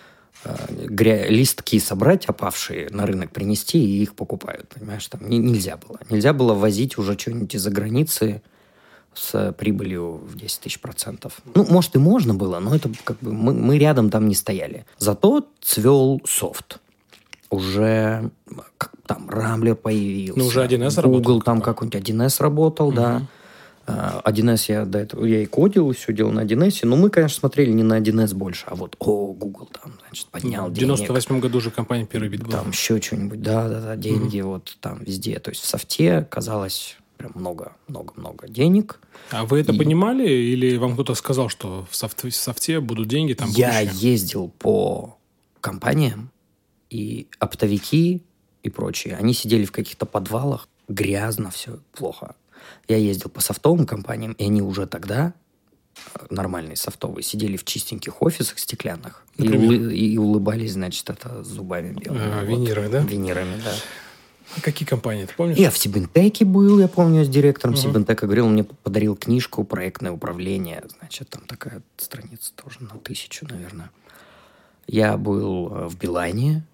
листки собрать, опавшие, на рынок принести, и их покупают. Понимаешь, там нельзя было. Нельзя было возить уже что-нибудь из-за границы с прибылью в 10 тысяч %. Ну, может, и можно было, но это как бы мы рядом там не стояли. Зато цвел софт. Уже там Рамблер появился. Ну, уже 1С работал. Google там какой-нибудь 1С работал, да. 1С я до этого и кодил, и все делал на 1С. Но мы, конечно, смотрели не на 1С больше, а вот, Google там, значит, поднял денег. В 98 году уже компания первый бит была. Там еще что-нибудь, да, деньги вот там везде. То есть в софте казалось прям много денег. А вы это понимали? Или вам кто-то сказал, что в софте будут деньги, там Я ездил по компаниям, и оптовики и прочие, они сидели в каких-то подвалах, грязно все, плохо. Я ездил по софтовым компаниям, и они уже тогда, нормальные софтовые, сидели в чистеньких офисах стеклянных и улыбались, значит, это зубами белыми. Винирами, да? Винирами, да. А какие компании, ты помнишь? Я в Сибинтеке был, я помню, с директором Сибинтека говорил, он мне подарил книжку «Проектное управление». Значит, там такая страница тоже на 1000, наверное. Я был в Билайне,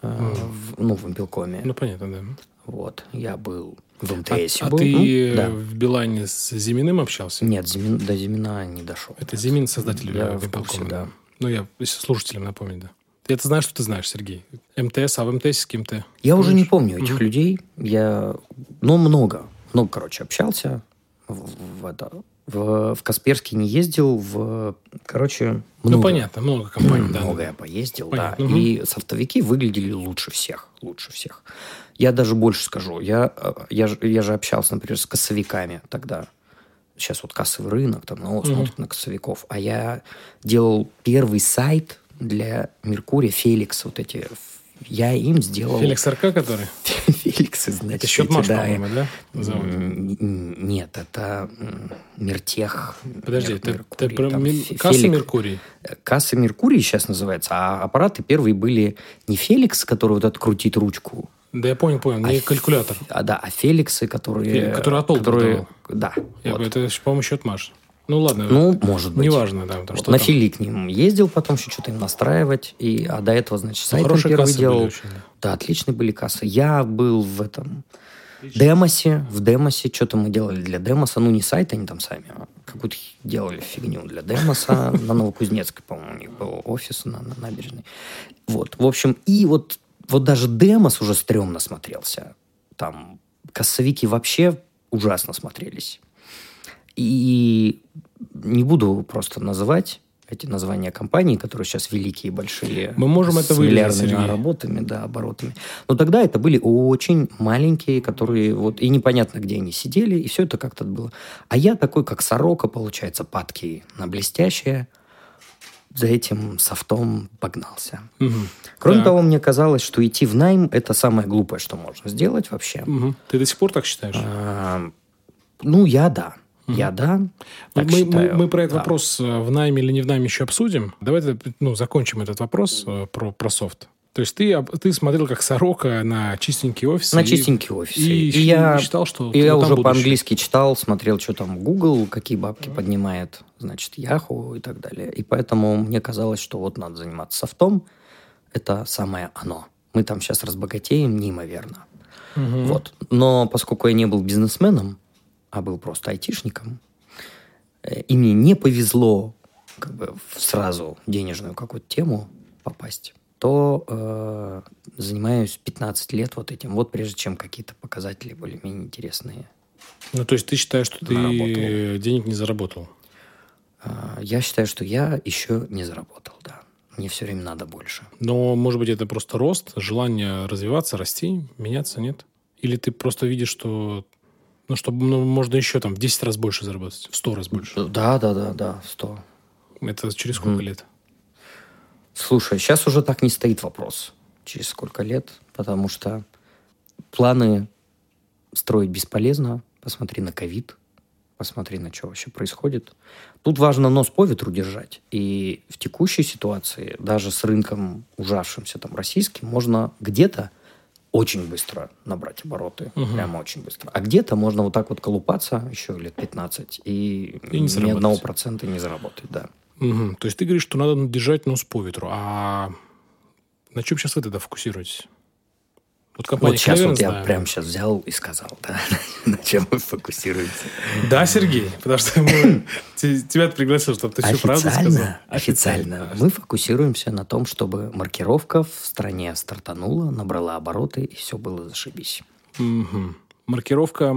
в Импелкоме. Ну, понятно, да. Вот, я был в МТС. А ты в Билайне с Зиминым общался? Нет, до Зимина не дошел. Это Зимин, создатель Импелкома, да. Ну, я слушателям напомню, да. Ты знаешь, что ты знаешь, Сергей. МТС, а в МТС с кем ты? Я уже не помню этих людей. Много, короче, общался. В Касперский не ездил, много. Ну, понятно, много компаний. Много я поездил, понятно, да. И софтовики выглядели лучше всех. Я даже больше скажу. Я же общался, например, с кассовиками тогда. Сейчас вот кассовый рынок, там, смотрят на кассовиков. А я делал первый сайт для Меркурия, Феликс, вот эти... Я им сделал... Феликс РК, который? Феликсы, значит. Это Счетмаш, по-моему, да? Нет, это Миртех. Подожди, это касса Меркурий? Касса Меркурий сейчас называется, а аппараты первые были не Феликс, который вот открутит ручку. Да, я понял, не калькулятор. А Феликсы, которые... Которые Атол продавал. Да. Это, по-моему, Счетмаш. Ну, ладно. Может быть. Неважно, да. На Фили к ним ездил, потом еще что-то им настраивать. А до этого, значит, сайт первый делал. Очень, да, отличные были кассы. Я был в этом Демосе. В Демосе что-то мы делали для Демоса. Ну, не сайт они там сами, а какую-то делали фигню для Демоса. На Новокузнецкой, по-моему, у них был офис на набережной. Вот. В общем, и вот даже Демос уже стрёмно смотрелся. Там кассовики вообще ужасно смотрелись. И не буду просто называть эти названия компаний, которые сейчас великие, большие. Мы можем это вылезать, с миллиардными работами, да, оборотами. Но тогда это были очень маленькие, которые вот... И непонятно, где они сидели, и все это как-то было. А я такой, как сорока, получается, падкий на блестящее, за этим софтом погнался. Кроме того, мне казалось, что идти в найм – это самое глупое, что можно сделать вообще. Ты до сих пор так считаешь? Я да. Я да. Мы про этот вопрос в найме или не в найме еще обсудим. Давайте закончим этот вопрос про софт. То есть ты смотрел как сорока на чистенькие офисы. На чистенькие офисы. И я считал, что я уже по-английски читал, смотрел, что там Google, какие бабки поднимает, значит, Yahoo и так далее. И поэтому мне казалось, что вот надо заниматься софтом. Это самое оно. Мы там сейчас разбогатеем неимоверно. Вот. Но поскольку я не был бизнесменом, а был просто айтишником, и мне не повезло как бы в сразу денежную какую-то тему попасть, то занимаюсь 15 лет вот этим. Вот прежде чем какие-то показатели более-менее интересные. Ну, то есть ты считаешь, что ты наработал. денег не заработал? Я считаю, что я еще не заработал, да. Мне все время надо больше. Но, может быть, это просто рост, желание развиваться, расти, меняться, нет? Или ты просто видишь, что можно еще там в 10 раз больше заработать, в 100 раз больше? Да, 100. Это через сколько лет? Слушай, сейчас уже так не стоит вопрос, через сколько лет, потому что планы строить бесполезно. Посмотри на ковид, посмотри на что вообще происходит. Тут важно нос по ветру держать. И в текущей ситуации, даже с рынком ужавшимся там российским, можно где-то очень быстро набрать обороты. Прямо очень быстро. А где-то можно вот так вот колупаться еще лет 15 и ни 1% не заработать, да. Угу. То есть ты говоришь, что надо держать нос по ветру. А на чем сейчас вы тогда фокусируетесь? Вот сейчас вот я прямо сейчас взял и сказал, да, на чем мы фокусируемся. Да, Сергей, потому что тебя пригласил, чтобы ты всю правду сказал. Официально. Мы фокусируемся на том, чтобы маркировка в стране стартанула, набрала обороты, и все было зашибись. Угу. Маркировка.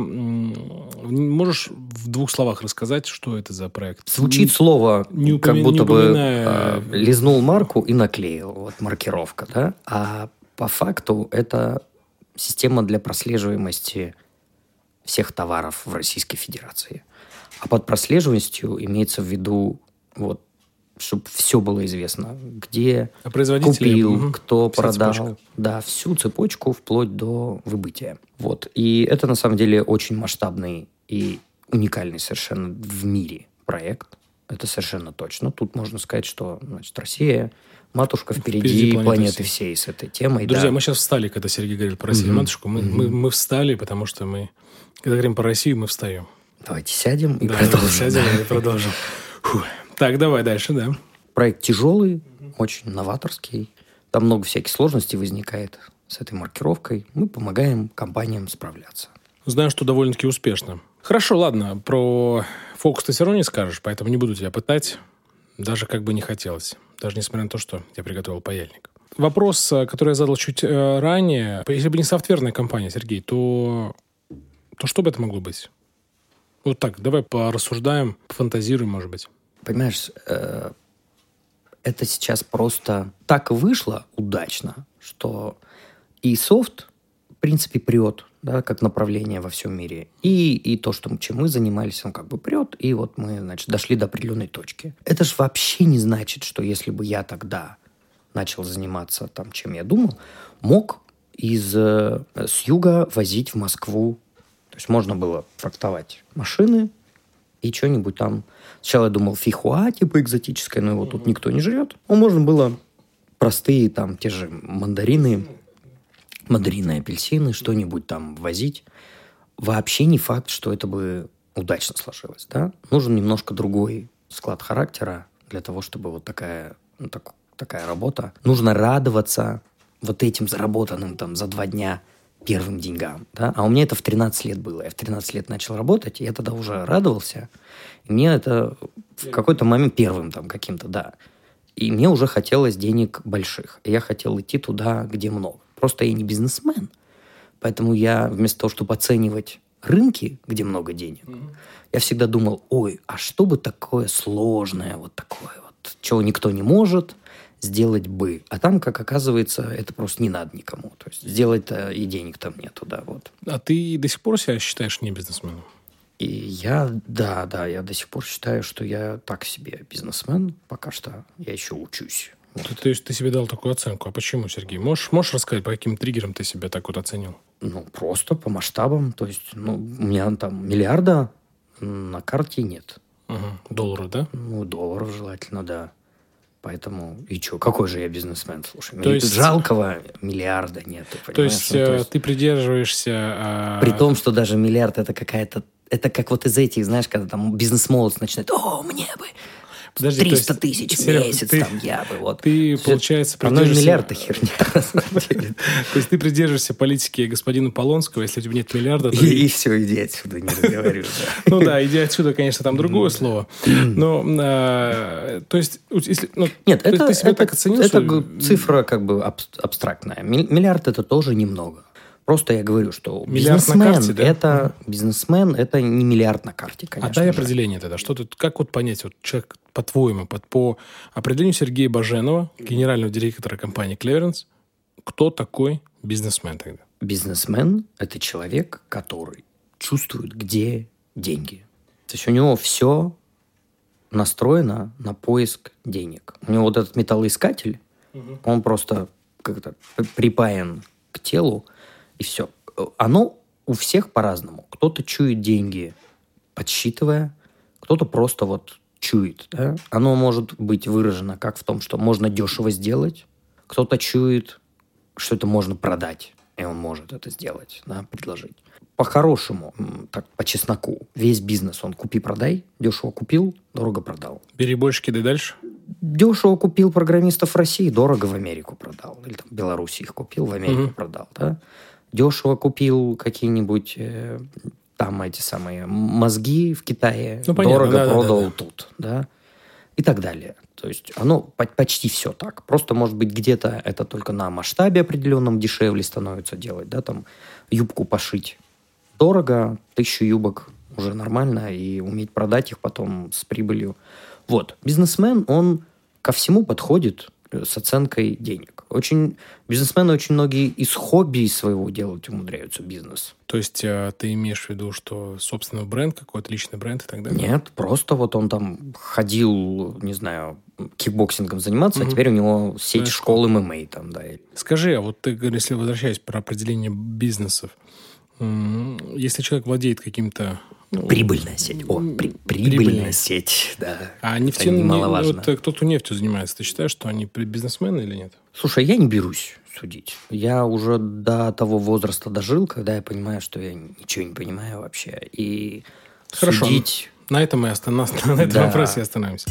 Можешь в 2 словах рассказать, что это за проект? Звучит слово, как будто бы лизнул марку и наклеил. Вот маркировка, да? А по факту это система для прослеживаемости всех товаров в Российской Федерации. А под прослеживаемостью имеется в виду, вот, чтобы все было известно, где купил, кто продал. Цепочка. Да, всю цепочку вплоть до выбытия. Вот. И это, на самом деле, очень масштабный и уникальный совершенно в мире проект. Это совершенно точно. Тут можно сказать, что, значит, Россия... Матушка впереди планеты всей с этой темой. Друзья, да. мы сейчас встали, когда Сергей говорил про Россию. Матушку, мы встали, потому что мы, когда говорим про Россию, мы встаем. Давайте сядем и продолжим. Сядем и продолжим. Так, давай дальше, да. Проект тяжелый, очень новаторский. Там много всяких сложностей возникает с этой маркировкой. Мы помогаем компаниям справляться. Знаю, что довольно-таки успешно. Хорошо, ладно, про фокус ты все равно не скажешь, поэтому не буду тебя пытать, даже как бы не хотелось. Даже несмотря на то, что я приготовил паяльник. Вопрос, который я задал чуть ранее. Если бы не софтверная компания, Сергей, то что бы это могло быть? Вот так, давай порассуждаем, пофантазируем, может быть. Понимаешь, это сейчас просто так вышло удачно, что и софт, в принципе, прет, да, как направление во всем мире. И то, чем мы занимались, он как бы прет, и вот мы, значит, дошли до определенной точки. Это ж вообще не значит, что если бы я тогда начал заниматься там, чем я думал, мог с юга возить в Москву. То есть можно было фрахтовать машины и что-нибудь там. Сначала я думал, фихуа, типа экзотическое, но его тут никто не живет. Ну, можно было простые там те же мандарины, апельсины, что-нибудь там возить. Вообще не факт, что это бы удачно сложилось, да? Нужен немножко другой склад характера для того, чтобы вот такая работа. Нужно радоваться вот этим заработанным там за 2 дня первым деньгам, да? А у меня это в 13 лет было. Я в 13 лет начал работать, и я тогда уже радовался. И мне это в какой-то момент первым там каким-то, да. И мне уже хотелось денег больших. И я хотел идти туда, где много. Просто я не бизнесмен. Поэтому я вместо того, чтобы оценивать рынки, где много денег, я всегда думал, ой, а что бы такое сложное, вот такое вот, чего никто не может, сделать бы. А там, как оказывается, это просто не надо никому. То есть сделать-то и денег там нету, да, вот. А ты до сих пор себя считаешь не бизнесменом? И я до сих пор считаю, что я так себе бизнесмен, пока что я еще учусь. Вот. То есть ты себе дал такую оценку. А почему, Сергей? Можешь рассказать, по каким триггерам ты себя так вот оценил? Ну, просто по масштабам. То есть, у меня там миллиарда на карте нет. Долларов, да? Ну, долларов желательно, да. Поэтому, и что, какой же я бизнесмен, слушай. То мне есть... тут жалкого миллиарда нет. То есть ты придерживаешься... При том, что даже миллиард это какая-то... Это как вот из этих, знаешь, когда там бизнес-молодость начинает, мне бы... Подожди, 300 тысяч в месяц, там я бы вот. Ты, получается, придерживаешься... миллиард херня, на самом деле. То есть ты придерживаешься политики господина Полонского, если у тебя нет миллиарда, то... И все, иди отсюда, не разговаривай. Ну да, иди отсюда, конечно, там другое слово. Но, то есть, если... Нет, ты себя так оценил, это цифра как бы абстрактная. Миллиард – это тоже немного. Просто я говорю, что бизнесмен это не миллиард на карте, конечно. А дай определение тогда. Что тут, как вот понять, вот человек, по-твоему, по определению Сергея Баженова, генерального директора компании Cleverance, кто такой бизнесмен тогда? Бизнесмен – это человек, который чувствует, где деньги. То есть у него все настроено на поиск денег. У него вот этот металлоискатель, он просто как-то припаян к телу, и все. Оно у всех по-разному. Кто-то чует деньги, подсчитывая, кто-то просто вот чует. Да? Оно может быть выражено как в том, что можно дешево сделать. Кто-то чует, что это можно продать, и он может это сделать, да, предложить. По-хорошему, так, по чесноку, весь бизнес он купи-продай. Дешево купил, дорого продал. Бери больше, кидай дальше. Дешево купил программистов в России, дорого в Америку продал. Или там в Беларуси их купил, в Америку продал. Да? Дешево купил какие-нибудь там эти самые мозги в Китае, дорого продал тут. Да? И так далее. То есть оно почти все так. Просто, может быть, где-то это только на масштабе определенном дешевле становится делать. Да? Там юбку пошить дорого, 1000 юбок уже нормально, и уметь продать их потом с прибылью. Вот. Бизнесмен, он ко всему подходит с оценкой денег. Бизнесмены очень многие из хобби своего делать умудряются бизнес. То есть ты имеешь в виду, что собственный бренд, какой-то личный бренд и так далее? Нет, просто вот он там ходил, не знаю, кикбоксингом заниматься, а теперь у него сеть школ ММА там, да. Скажи, а вот ты, если возвращаясь про определение бизнесов, если человек владеет каким-то... Прибыльная сеть. Прибыльная сеть, да. А нефтяные, немаловажно. Вот кто-то нефтью занимается, ты считаешь, что они бизнесмены или нет? Слушай, я не берусь судить. Я уже до того возраста дожил, когда я понимаю, что я ничего не понимаю вообще. И хорошо, судить... На этом вопросе и остановимся.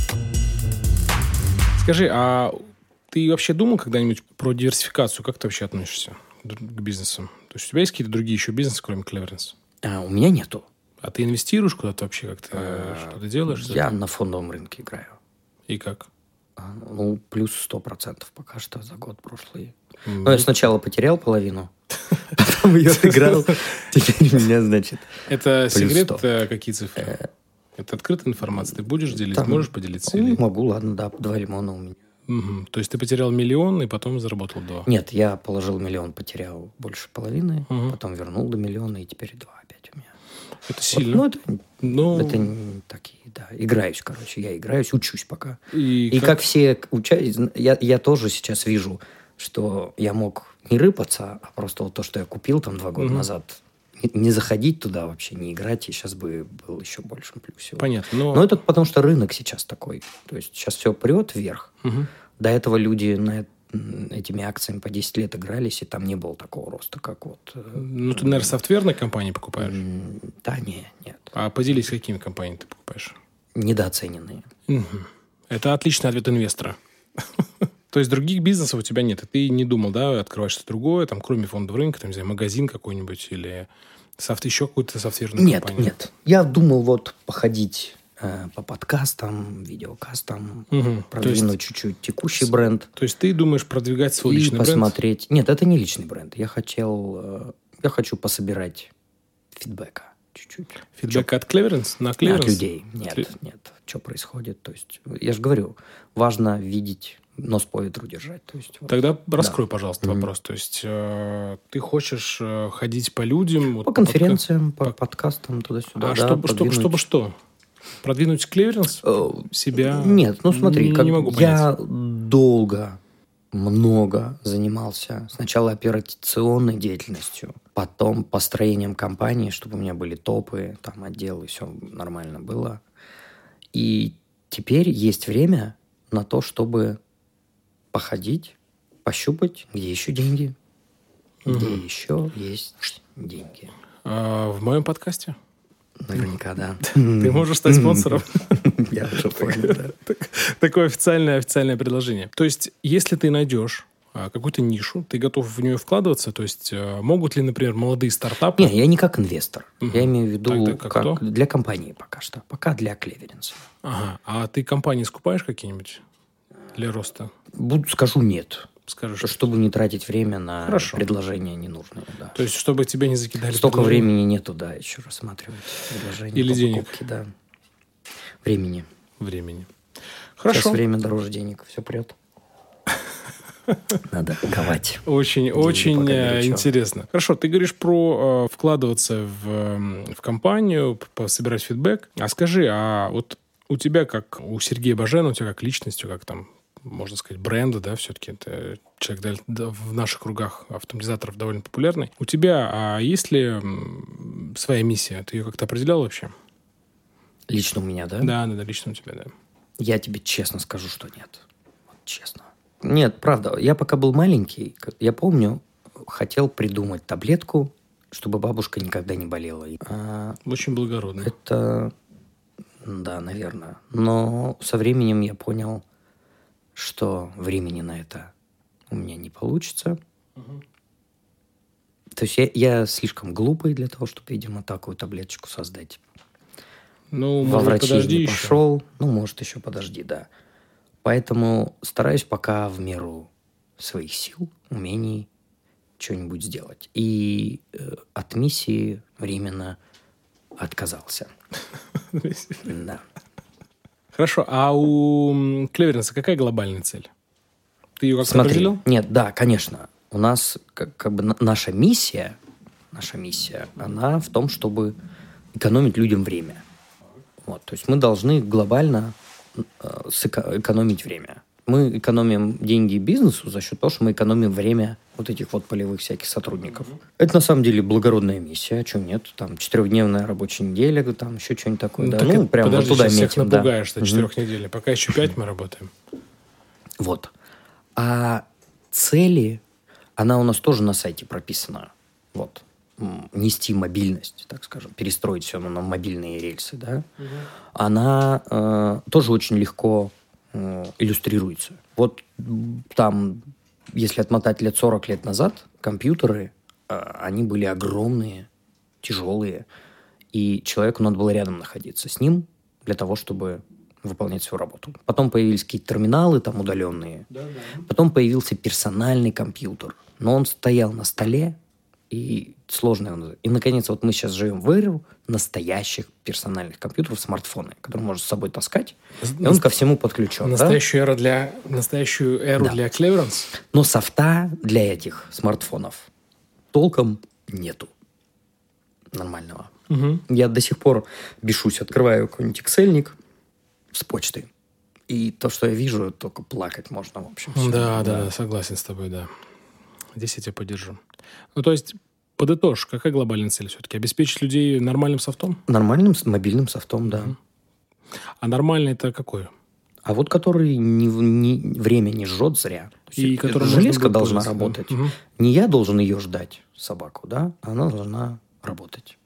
Скажи, а ты вообще думал когда-нибудь про диверсификацию? Как ты вообще относишься к бизнесу? То есть у тебя есть какие-то другие еще бизнесы, кроме Cleverance? У меня нету. А ты инвестируешь куда-то вообще? Как-то что-то делаешь? Я на фондовом рынке играю. И как? Плюс 100% пока что за год прошлый. Я сначала потерял половину, потом ее отыграл. Теперь у меня, значит, это секрет, какие цифры? Это открытая информация. Ты будешь делиться? Можешь поделиться? Могу, ладно, да, 2 лимона у меня. То есть ты потерял 1 миллион и потом заработал 2? Нет, я положил 1 миллион, потерял больше половины, потом вернул до 1 миллиона, и теперь 2 опять у меня. Это сильно. Это не такие, да. Играюсь, короче. Я играюсь, учусь пока. И как все учатся, я тоже сейчас вижу, что я мог не рыпаться, а просто вот то, что я купил там 2 года назад, не заходить туда вообще, не играть, и сейчас бы был еще большим плюсе. Понятно. Но это потому, что рынок сейчас такой. То есть сейчас все прет вверх. До этого люди этими акциями по 10 лет игрались, и там не было такого роста, как вот... ты, наверное, софтверные компании покупаешь? Да, нет. А поделись, какими компаниями ты покупаешь? Недооцененные. Это отличный ответ инвестора. То есть других бизнесов у тебя нет, и ты не думал, да, открывать что-то другое, там, кроме фондового рынка, там, не знаю, магазин какой-нибудь или еще какую-то софтверную компанию? Нет. Я думал вот походить по подкастам, видеокастам, продвинуть чуть-чуть текущий бренд. То есть ты думаешь продвигать свой личный бренд? И посмотреть... Нет, это не личный бренд. Я хочу пособирать фидбэка чуть-чуть. Фидбэк от Cleverance? На Cleverance? От людей. Нет. Что происходит? То есть, я же говорю, важно видеть, нос по ветру держать. То есть, тогда раскрой, пожалуйста, вопрос. То есть ты хочешь ходить по людям? По конференциям, по подкастам, туда-сюда. А чтобы что? Продвинуть Cleverance? Себя? Нет, смотри, я много занимался сначала операционной деятельностью, потом построением компании, чтобы у меня были топы, там отделы, все нормально было. И теперь есть время на то, чтобы походить, пощупать, где еще деньги, где еще есть деньги. В моем подкасте? Наверняка, да. Ты можешь стать спонсором. Я уже понял, да. Такое официальное предложение. То есть, если ты найдешь какую-то нишу, ты готов в нее вкладываться? То есть, могут ли, например, молодые стартапы... Не, я не как инвестор. Я имею в виду Тогда как для компании пока что. Пока для Cleverance. Ага. А ты компании скупаешь какие-нибудь для роста? Скажу нет. Скажешь. Чтобы не тратить время на предложения ненужные. Да. То есть, чтобы тебя не закидали... Столько времени нету, да, еще рассматривать предложения. Или денег. Покупки, да. Времени. Хорошо. Сейчас время дороже денег. Все прет. Надо ковать. Очень интересно. Хорошо, ты говоришь про вкладываться в компанию, собирать фидбэк. А скажи, а вот у тебя, как у Сергея Бажена, у тебя как личностью, как там, можно сказать, бренда, да, все-таки это человек в наших кругах автоматизаторов довольно популярный. У тебя есть ли своя миссия? Ты ее как-то определял вообще? Лично у меня, да? Да, лично у тебя, да. Я тебе честно скажу, что нет. Вот честно. Нет, правда. Я пока был маленький, я помню, хотел придумать таблетку, чтобы бабушка никогда не болела. Очень благородно. Это, да, наверное. Но со временем я понял, что времени на это у меня не получится. То есть я слишком глупый для того, чтобы, видимо, такую таблеточку создать. Ну, во врачи не пошел. Еще. Ну, может, еще подожди, да. Поэтому стараюсь пока в меру своих сил, умений что-нибудь сделать. И от миссии временно отказался. Да. Хорошо, а у Cleverance какая глобальная цель? Ты ее как-то определил? Нет, да, конечно. У нас как бы наша миссия, она в том, чтобы экономить людям время. Вот, то есть мы должны глобально сэкономить время. Мы экономим деньги бизнесу за счет того, что мы экономим время вот этих вот полевых всяких сотрудников. Это на самом деле благородная миссия, а что нет? Там 4-дневная рабочая неделя, там еще что-нибудь такое. Да. Так прям подожди, вот туда сейчас метим. Всех напугаешь, что 4 недели. Пока еще 5 мы работаем. Вот. А цели, она у нас тоже на сайте прописана. Вот. Нести мобильность, так скажем, перестроить все на мобильные рельсы, да, она тоже очень легко иллюстрируется. Вот там, если отмотать 40 лет назад, компьютеры, они были огромные, тяжелые, и человеку надо было рядом находиться с ним для того, чтобы выполнять свою работу. Потом появились какие-то терминалы там удаленные, потом появился персональный компьютер, но он стоял на столе, и сложные. И, наконец, вот мы сейчас живем в эру настоящих персональных компьютеров, смартфоны, которые можно с собой таскать, и он ко всему подключен. Настоящую эру для Cleverance? Но софта для этих смартфонов толком нету нормального. Я до сих пор бешусь, открываю какой-нибудь Excel-ник с почты, и то, что я вижу, только плакать можно, в общем. Да, согласен с тобой, да. Здесь я тебя поддержу. Ну, то есть, подытожь, какая глобальная цель все-таки? Обеспечить людей нормальным софтом? Нормальным мобильным софтом, да. А нормальный это какой? А вот который время не жжет зря. И который железка должна работать. Не я должен ее ждать, собаку, да? Она должна работать.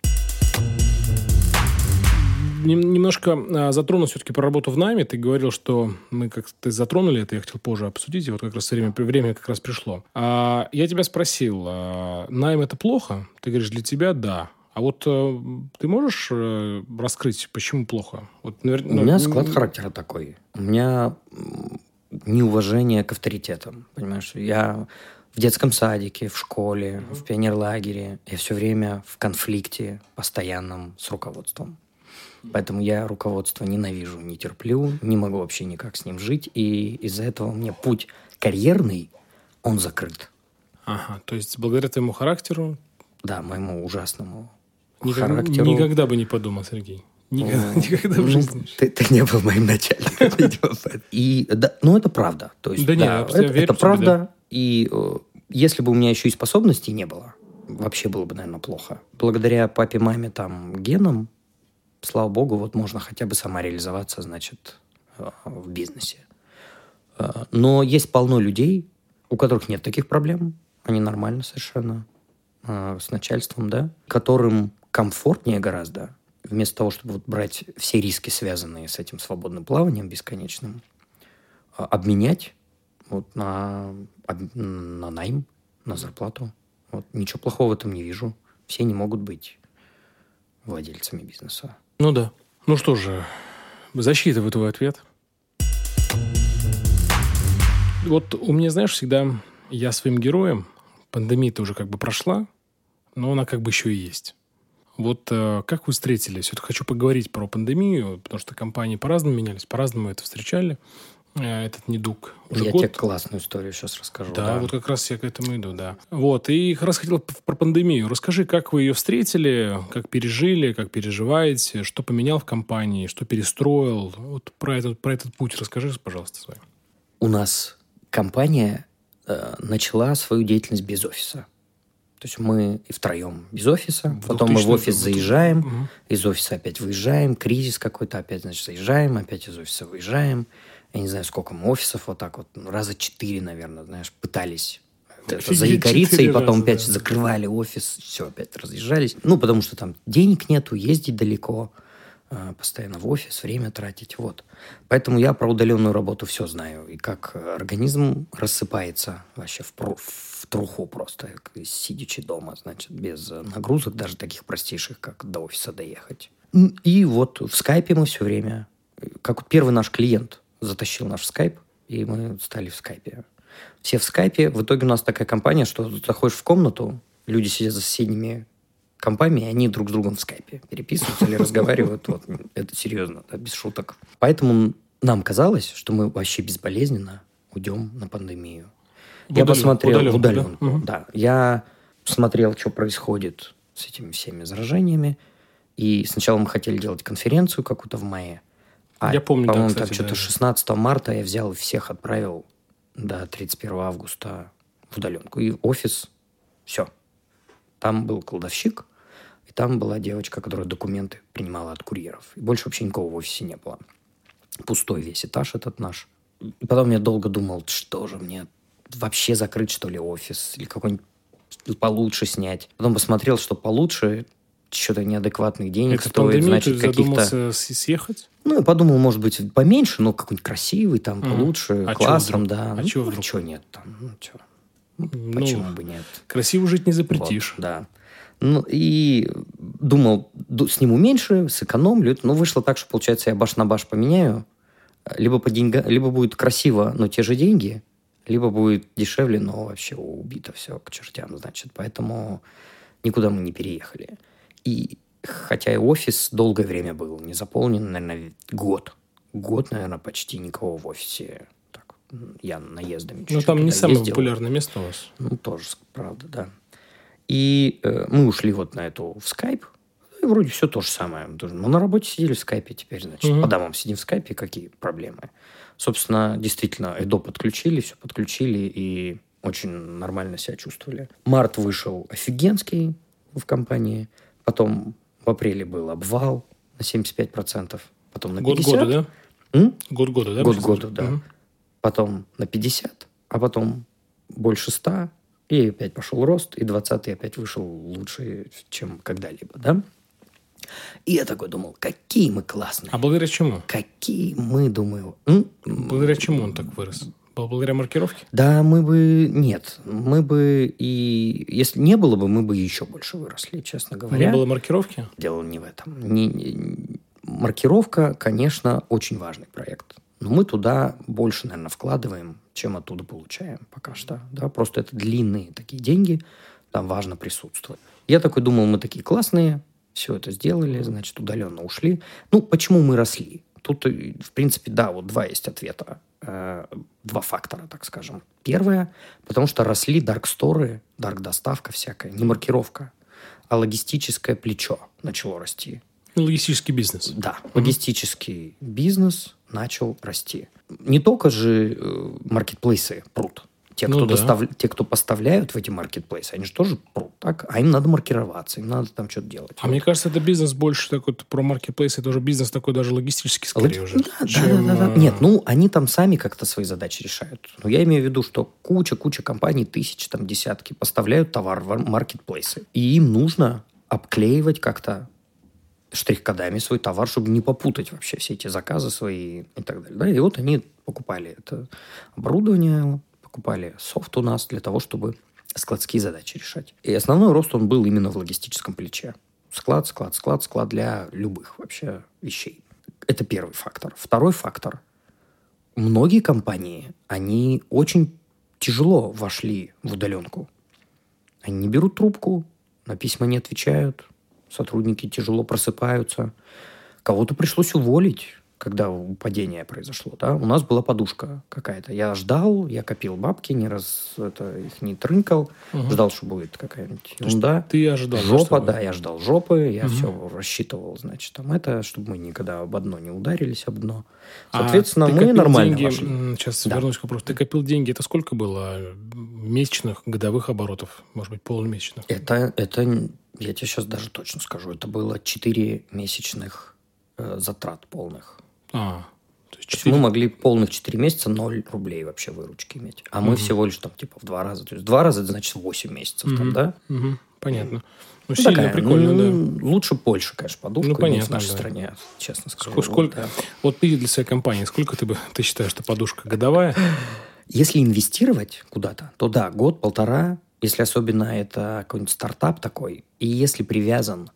Немножко затрону все-таки про работу в найме. Ты говорил, что мы как-то затронули это, я хотел позже обсудить, и вот как раз время как раз пришло. Я тебя спросил, найм это плохо? Ты говоришь, для тебя да. А вот ты можешь раскрыть, почему плохо? Вот, у меня склад характера такой. У меня неуважение к авторитетам. Понимаешь, я в детском садике, в школе, в пионерлагере. Я все время в конфликте постоянном с руководством. Поэтому я руководство ненавижу, не терплю, не могу вообще никак с ним жить. И из-за этого мне путь карьерный, он закрыт. Ага, то есть благодаря твоему характеру... Да, моему ужасному характеру. Никогда бы не подумал, Сергей. Никогда в жизни. Ты не был моим начальником, видимо. И, да, это правда. То есть, это правда. И если бы у меня еще и способностей не было, вообще было бы, наверное, плохо. Благодаря папе, маме, там, генам, слава богу, вот можно хотя бы самореализоваться, значит, в бизнесе. Но есть полно людей, у которых нет таких проблем. Они нормально совершенно с начальством, да, которым комфортнее гораздо вместо того, чтобы вот брать все риски, связанные с этим свободным плаванием бесконечным, обменять вот на найм, на зарплату. Вот. Ничего плохого в этом не вижу. Все не могут быть владельцами бизнеса. Ну да. Ну что же, засчитываю твой ответ. Вот у меня, знаешь, всегда я своим героем, пандемия-то уже как бы прошла, но она как бы еще и есть. Вот как вы встретились? Вот хочу поговорить про пандемию, потому что компании по-разному менялись, по-разному это встречали, этот недуг. Уже я год. тебе классную историю сейчас расскажу. Да, вот как раз я к этому иду, да. Вот, и как раз хотел про пандемию. Расскажи, как вы ее встретили, как пережили, как переживаете, что поменял в компании, что перестроил. Вот про этот путь расскажи, пожалуйста, свой. У нас компания начала свою деятельность без офиса. То есть мы и втроем без офиса, потом мы в офис заезжаем, из офиса опять выезжаем, кризис какой-то, опять, значит, заезжаем, опять из офиса выезжаем. Я не знаю, сколько мы офисов вот так вот, раза 4, наверное, знаешь, пытались заикариться, и потом опять закрывали офис, все, опять разъезжались. Ну, потому что там денег нету, ездить далеко, постоянно в офис, время тратить, вот. Поэтому я про удаленную работу все знаю, и как организм рассыпается вообще в труху просто, сидячи дома, значит, без нагрузок, даже таких простейших, как до офиса доехать. И вот в скайпе мы все время, как вот первый наш клиент затащил наш скайп, и мы стали в скайпе. Все в скайпе. В итоге у нас такая компания, что заходишь в комнату, люди сидят за соседними компами, и они друг с другом в скайпе переписываются или разговаривают. Вот, это серьезно, да, без шуток. Поэтому нам казалось, что мы вообще безболезненно уйдем на пандемию. Я посмотрел удаленку. Да? Я смотрел, что происходит с этими всеми заражениями. И сначала мы хотели делать конференцию какую-то в мае. Я помню, по-моему, да, кстати, там что-то 16 марта я взял и всех отправил до 31 августа в удаленку. И офис, все. Там был кладовщик, и там была девочка, которая документы принимала от курьеров. И больше вообще никого в офисе не было. Пустой весь этаж этот наш. И потом я долго думал, что же мне, вообще закрыть, что ли, офис? Или какой-нибудь получше снять? Потом посмотрел, что получше, что-то неадекватных денег это стоит, значит, ты каких-то... задумался съехать? Ну, я подумал, может быть, поменьше, но какой-нибудь красивый, там, получше, классом, да. А чего вдруг? Чего нет там? Почему бы нет? Красиво жить не запретишь. Вот, да. Ну, и думал, сниму меньше, сэкономлю. Но вышло так, что, получается, я баш на баш поменяю. Либо по деньгам, либо будет красиво, но те же деньги, либо будет дешевле, но вообще убито все к чертям, значит. Поэтому никуда мы не переехали. И хотя и офис долгое время был не заполнен, наверное, год. Год, наверное, почти никого в офисе. Так, я наездами чуть-чуть. Ну, там не самое ездил. популярное место у вас. Ну, тоже, правда, да. И мы ушли вот на эту в скайп. И вроде все то же самое. Мы на работе сидели в скайпе теперь, значит. По домам сидим в скайпе, какие проблемы. Собственно, действительно, Эдо подключили, все подключили и очень нормально себя чувствовали. Март вышел офигенский в компании. Потом в апреле был обвал на 75%. Потом на 50%. Год года, да? Год года, да? Год года, да. Потом на 50%, а потом больше 100%. И опять пошел рост, и 20-й опять вышел лучше, чем когда-либо, да? И я такой думал, какие мы классные. А благодаря чему? Какие мы, думаю... Благодаря чему он так вырос? Благодаря маркировке? Да, мы бы... Нет. Мы бы и... Если не было бы, мы бы еще больше выросли, честно говоря. Не было маркировки? Дело не в этом. Маркировка, конечно, очень важный проект. Но мы туда больше, наверное, вкладываем, чем оттуда получаем пока что. Да? Просто это длинные такие деньги, там важно присутствовать. Я такой думал, мы такие классные, все это сделали, значит, удаленно ушли. Ну, почему мы росли? Тут, в принципе, да, вот два есть ответа. Два фактора, так скажем. Первое, потому что росли дарк-сторы, дарк-доставка всякая, не маркировка, а логистическое плечо начало расти. Логистический бизнес. Да, логистический бизнес начал расти. Не только же маркетплейсы прут. Те, кто поставляют в эти маркетплейсы, они же тоже прут, так? А им надо маркироваться, им надо там что-то делать. А мне кажется, это бизнес больше такой, про маркетплейсы, это уже бизнес такой даже логистический скорее уже. Да. Нет, они там сами как-то свои задачи решают. Но я имею в виду, что куча компаний, тысячи, там десятки, поставляют товар в маркетплейсы. И им нужно обклеивать как-то штрих-кодами свой товар, чтобы не попутать вообще все эти заказы свои и так далее. Да? И вот они покупали это оборудование, покупали софт у нас для того, чтобы складские задачи решать. И основной рост он был именно в логистическом плече. Склад для любых вообще вещей. Это первый фактор. Второй фактор. Многие компании, они очень тяжело вошли в удаленку. Они не берут трубку, на письма не отвечают, сотрудники тяжело просыпаются. Кого-то пришлось уволить, когда падение произошло. Да? У нас была подушка какая-то. Я ждал, я копил бабки, их не трынкал. Ждал, что будет какая-нибудь ерунда. Ты ожидал. Жопа, да, я ждал жопы. Я все рассчитывал, значит, там это, чтобы мы никогда об одно не ударились, об дно. Соответственно, мы нормально деньги, вошли. Сейчас вернусь к вопросу. Ты копил деньги, это сколько было месячных, годовых оборотов? Может быть, полумесячных? Это я тебе сейчас даже точно скажу. Это было 4 месячных затрат полных. То есть мы могли полных 4 месяца 0 рублей вообще выручки иметь. А мы всего лишь там типа в 2 раза. То есть 2 раза, это значит 8 месяцев там, да? Понятно. Ну, сильно такая, прикольно, да. Лучше Польша, конечно, подушка понятно, в нашей стране, честно скажу. Сколько, вот ты для своей компании, сколько ты считаешь, что подушка годовая? Если инвестировать куда-то, то да, год-полтора, если особенно это какой-нибудь стартап такой, и если привязан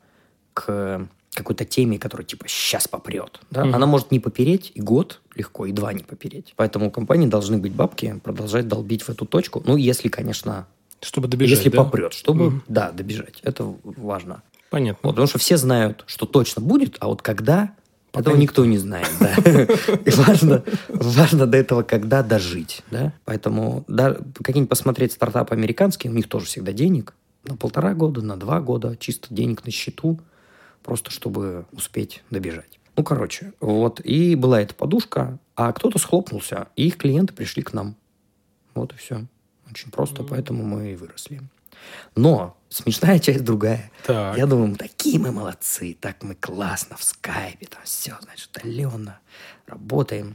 к какой-то теме, которая типа сейчас попрет, да, она может не попереть и год легко, и 2 не попереть. Поэтому у компании должны быть бабки, продолжать долбить в эту точку. Ну, если, конечно... Чтобы добежать, если попрет, чтобы, да, добежать. Это важно. Понятно. Вот, потому что все знают, что точно будет, а вот когда... Этого никто не знает, да. И важно до этого когда дожить, да. Поэтому какие-нибудь посмотреть стартапы американские, у них тоже всегда денег на 1,5 года, на 2 года, чисто денег на счету, просто чтобы успеть добежать. Ну, короче, вот. И была эта подушка, а кто-то схлопнулся, и их клиенты пришли к нам. Вот и все. Очень просто, поэтому мы и выросли. Но смешная часть другая. Так. Я думаю, такие мы молодцы, так мы классно в скайпе, там все, значит, удаленно работаем.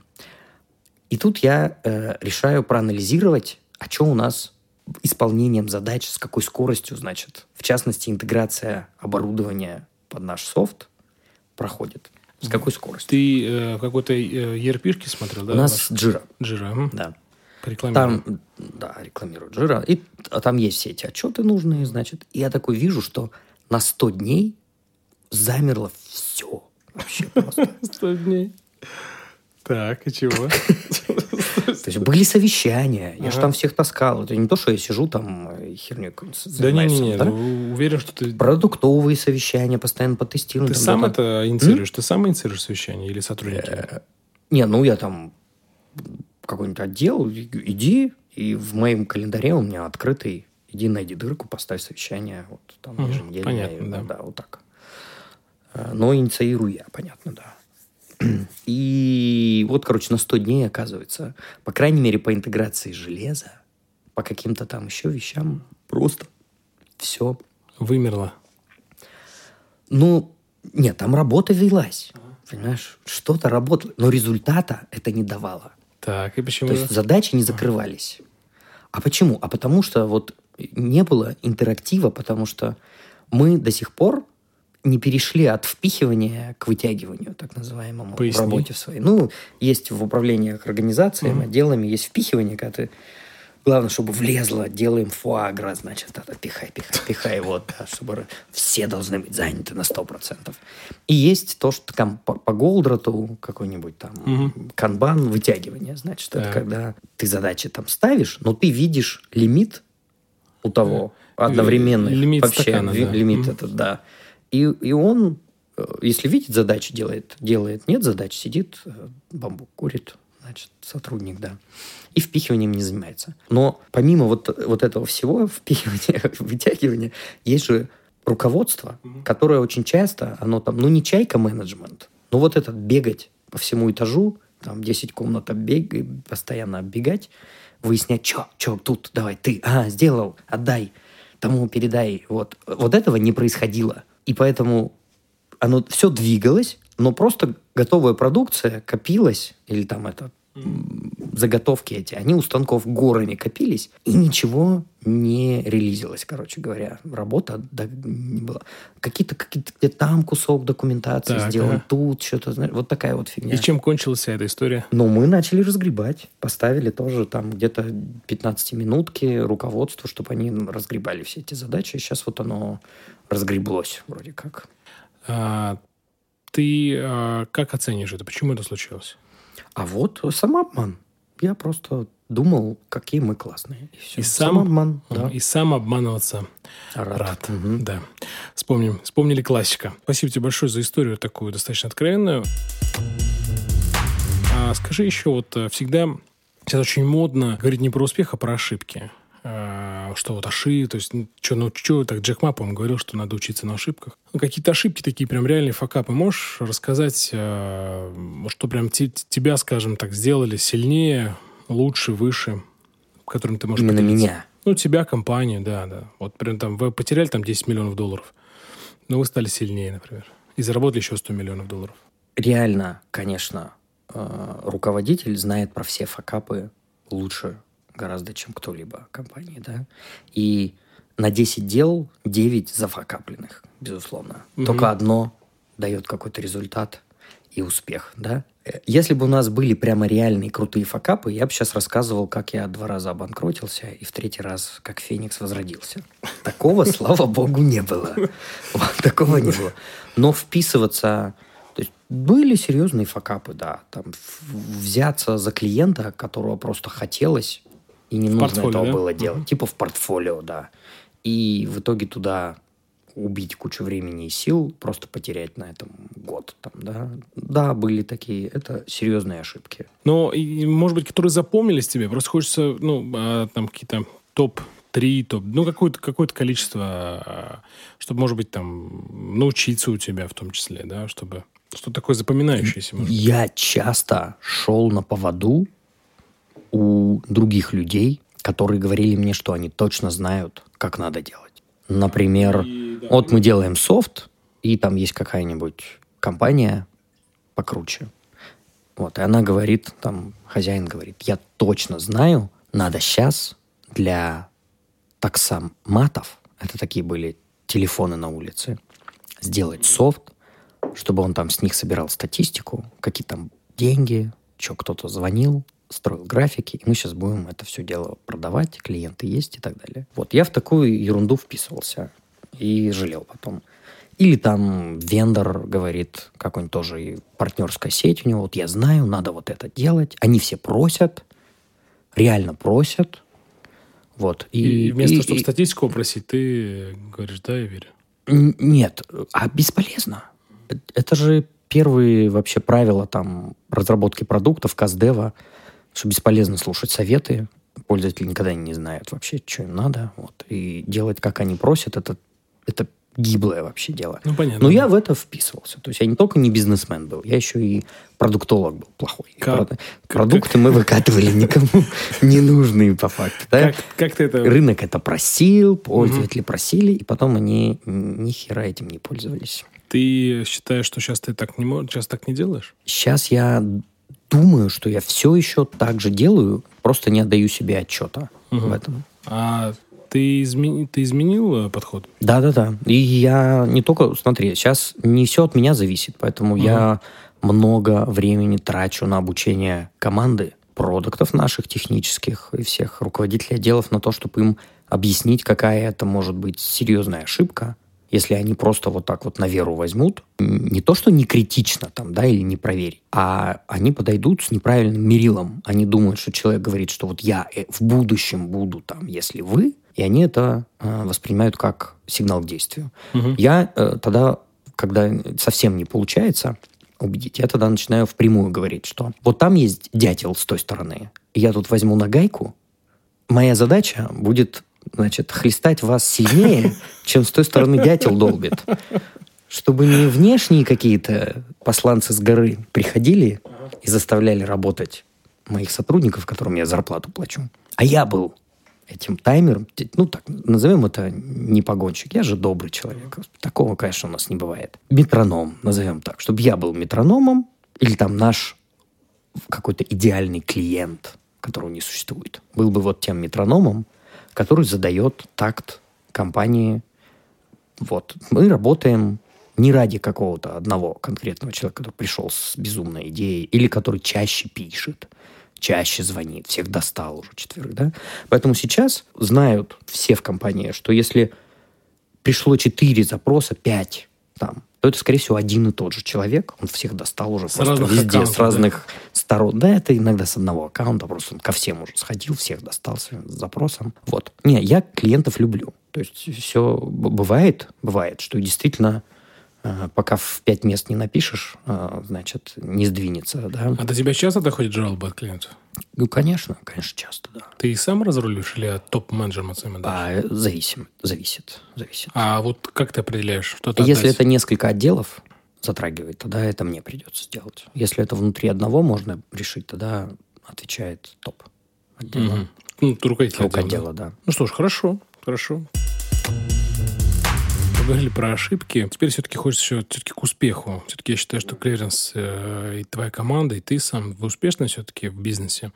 И тут я решаю проанализировать, а что у нас исполнением задач, с какой скоростью, значит, в частности, интеграция оборудования под наш софт проходит. С какой скоростью? Ты какой-то ERP-шки смотрел, да? У нас Jira. Jira, да. Рекламирую. Там, да, рекламирую Jira. И там есть все эти отчеты нужные, значит. И я такой вижу, что на 100 дней замерло все. Вообще просто. 100 дней. Так, и чего? То есть были совещания, я же там всех таскал. Это не то, что я сижу там херню занимаюсь. Да не, уверен, что ты... Продуктовые совещания, постоянно по тестированию. Ты сам это инициируешь? Ты сам инициируешь совещание или сотрудники? Не, я там какой-нибудь отдел, иди, и в моем календаре у меня открытый, иди найди дырку, поставь совещание, вот там еженедельное. Понятно, да, вот так. Но инициирую я, понятно, да. И вот, короче, на 100 дней, оказывается, по крайней мере, по интеграции железа, по каким-то там еще вещам, просто все. Вымерло. Ну, нет, там работа велась. Понимаешь? Что-то работало, но результата это не давало. Так, и почему? То есть задачи не закрывались. А почему? А потому что вот не было интерактива, потому что мы до сих пор не перешли от впихивания к вытягиванию, так называемому, в работе своей. Ну, есть в управлениях организациями, отделами, есть впихивание, когда ты... Главное, чтобы влезло, делаем фуагра, значит, это пихай, вот, да, чтобы все должны быть заняты на 100%. И есть то, что там по Голдрату какой-нибудь там канбан, вытягивание, значит, это когда ты задачи там ставишь, но ты видишь лимит у того одновременно. Лимит вообще, стакана, да. Лимит этот, да. И он, если видит задачи, делает, нет задач, сидит, бамбук курит, значит, сотрудник, да. И впихиванием не занимается. Но помимо вот этого всего, впихивания, вытягивания, есть же руководство, которое очень часто, оно там, не чайка-менеджмент, но вот этот бегать по всему этажу, там 10 комнат постоянно оббегать, выяснять, что тут, давай, ты, сделал, отдай, тому передай. Вот этого не происходило. И поэтому оно все двигалось, но просто готовая продукция копилась, или там заготовки эти, они у станков горами копились, и ничего не релизилось, короче говоря. Работа не была. Какие-то где там кусок документации сделан, тут что-то, знаешь, вот такая вот фигня. И чем кончилась вся эта история? Ну, мы начали разгребать. Поставили тоже там где-то 15-минутки руководству, чтобы они разгребали все эти задачи. И сейчас вот оно разгреблось вроде как. Ты как оценишь это? Почему это случилось? А вот самообман. Я просто думал, какие мы классные. И все. И самообман. Да. И сам обманываться рад. Угу. Да. Вспомнили классика. Спасибо тебе большое за историю такую достаточно откровенную. Скажи еще, вот всегда сейчас очень модно говорить не про успех, а про ошибки. Что вот ошибки, то есть, что так Джек Ма, по-моему, говорил, что надо учиться на ошибках. Какие-то ошибки такие прям реальные факапы. Можешь рассказать, что прям тебя, скажем так, сделали сильнее, лучше, выше, которым ты можешь именно поделиться? Меня? Ну, тебя, компанию, да. Вот прям там вы потеряли там $10 миллионов, но вы стали сильнее, например, и заработали еще $100 миллионов. Реально, конечно, руководитель знает про все факапы лучше гораздо, чем кто-либо компании, да. И на 10 дел 9 зафакапленных, безусловно. Только одно дает какой-то результат и успех, да. Если бы у нас были прямо реальные крутые факапы, я бы сейчас рассказывал, как я 2 раза обанкротился и в 3-й раз, как Феникс, возродился. Такого, слава богу, не было. Такого не было. Но вписываться... То есть были серьезные факапы, да. Там взяться за клиента, которого просто хотелось, и не нужно этого было делать. Типа в портфолио, да. И в итоге туда убить кучу времени и сил, просто потерять на этом год. Там, да. Да, были такие. Это серьезные ошибки. Но, может быть, которые запомнились тебе? Просто хочется, там какие-то топ-3, какое-то количество, чтобы, может быть, там научиться у тебя в том числе, да, чтобы что-то такое запоминающееся. Я часто шел на поводу у других людей, которые говорили мне, что они точно знают, как надо делать. Например, мы делаем софт, и там есть какая-нибудь компания покруче. Вот, и она говорит, там, хозяин говорит, я точно знаю, надо сейчас для таксоматов, это такие были телефоны на улице, сделать софт, чтобы он там с них собирал статистику, какие там деньги, что кто-то звонил, строил графики, и мы сейчас будем это все дело продавать, клиенты есть и так далее. Вот, я в такую ерунду вписывался и жалел потом. Или там вендор говорит, какой-нибудь тоже партнерская сеть у него, вот я знаю, надо вот это делать. Они все просят, реально просят. Вот. И вместо, чтобы статистику просить, ты говоришь, да, я верю? Нет, бесполезно. Это же первые вообще правила там разработки продуктов, каздева, что бесполезно слушать советы. Пользователи никогда не знают вообще, что им надо. Вот. И делать, как они просят, это гиблое вообще дело. Ну, понятно. Но я в это вписывался. То есть я не только не бизнесмен был, я еще и продуктолог был плохой. Продукты мы выкатывали никому не нужные по факту. Да? Как ты это... Рынок это просил, пользователи просили, и потом они ни хера этим не пользовались. Ты считаешь, что сейчас ты так не делаешь? Сейчас я думаю, что я все еще так же делаю, просто не отдаю себе отчета в этом. А ты изменил подход? Да. И я не только... Смотри, сейчас не все от меня зависит, поэтому я много времени трачу на обучение команды, продуктов наших технических и всех руководителей отделов на то, чтобы им объяснить, какая это может быть серьезная ошибка, если они просто вот так вот на веру возьмут, не то, что не критично там, да, или не проверить, а они подойдут с неправильным мерилом. Они думают, что человек говорит, что вот я в будущем буду там, если вы, и они это воспринимают как сигнал к действию. Я тогда, когда совсем не получается убедить, я тогда начинаю впрямую говорить, что вот там есть дятел с той стороны, и я тут возьму нагайку, моя задача будет... Значит, хлестать вас сильнее, чем с той стороны дятел долбит. Чтобы не внешние какие-то посланцы с горы приходили и заставляли работать моих сотрудников, которым я зарплату плачу. А я был этим таймером, так, назовем это не погонщик, я же добрый человек. Такого, конечно, у нас не бывает. Метроном, назовем так. Чтобы я был метрономом, или там наш какой-то идеальный клиент которого не существует. Был бы вот тем метрономом, который задает такт компании. Вот. Мы работаем не ради какого-то одного конкретного человека, который пришел с безумной идеей, или который чаще пишет, чаще звонит, всех достал уже 4, да? Поэтому сейчас знают все в компании, что если пришло 4 запроса, 5 там, то это, скорее всего, один и тот же человек. Он всех достал уже просто везде, с разных сторон. Да, это иногда с одного аккаунта, просто он ко всем уже сходил, всех достал своим запросом. Вот. Не, я клиентов люблю. То есть все бывает, что действительно пока в 5 мест не напишешь, значит, не сдвинется. Да? А до тебя часто доходят жалобы от клиентов? Ну, конечно, часто, да. Ты и сам разрулишь или от топ-менеджером отдаешь? Зависит. А вот как ты определяешь, что-то Если отдать? это несколько отделов затрагивает, тогда это мне придется сделать. Если это внутри одного можно решить, тогда отвечает топ отдела. Угу. Ну, руководитель отдела, да. Ну что ж, хорошо. Поговорили про ошибки. Теперь все-таки хочется все-таки к успеху. Все-таки я считаю, что Cleverence и твоя команда, и ты сам, вы успешны все-таки в бизнесе.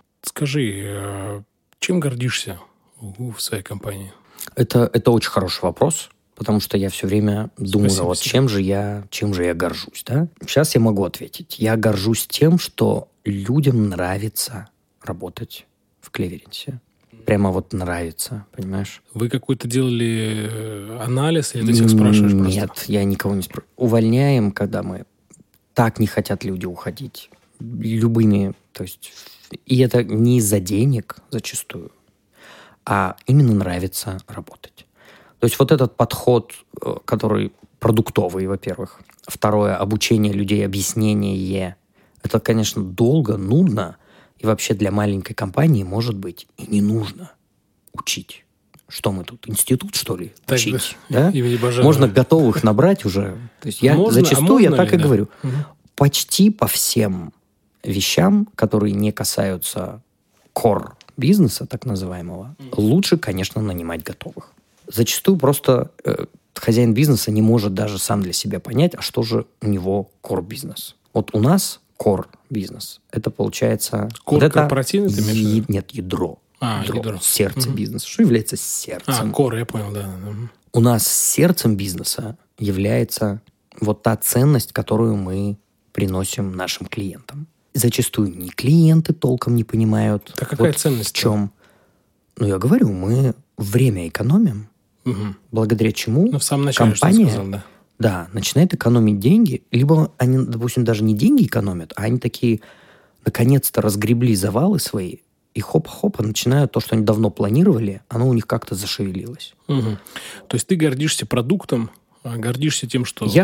Скажи, чем гордишься в своей компании? Это очень хороший вопрос, потому что я все время думаю, вот чем же я горжусь, да? Сейчас я могу ответить. Я горжусь тем, что людям нравится работать в Cleverence. Прямо вот нравится, понимаешь? Вы какой-то делали анализ, или ты всех спрашиваешь просто? Нет, я никого не спрашиваю. Увольняем, когда мы... Так не хотят люди уходить. Любыми, то есть... И это не из-за денег зачастую, а именно нравится работать. То есть вот этот подход, который продуктовый, во-первых. Второе, обучение людей, объяснение. Это, конечно, долго, нудно. И вообще для маленькой компании, может быть, и не нужно учить. Что мы тут, институт, что ли, учить? Да? Можно готовых набрать уже. То есть я зачастую так и говорю. Угу. Почти по всем вещам, которые не касаются core бизнеса, так называемого, лучше, конечно, нанимать готовых. Зачастую просто хозяин бизнеса не может даже сам для себя понять, а что же у него core бизнес. Вот у нас core бизнес. Это получается... Core корпоративный ты имеешь в виду? Нет, ядро. Ядро. Сердце бизнеса. Что является сердцем? Core, я понял, да. У нас сердцем бизнеса является вот та ценность, которую мы приносим нашим клиентам. Зачастую ни клиенты толком не понимают. Так какая ценность? В чем? Ну, я говорю, мы время экономим, благодаря чему в самом начале, компания... что ты сказал, да. Да, начинает экономить деньги, либо они, допустим, даже не деньги экономят, а они такие, наконец-то разгребли завалы свои, и хоп-хоп, начинают то, что они давно планировали, оно у них как-то зашевелилось. Угу. То есть ты гордишься продуктом, гордишься тем, что я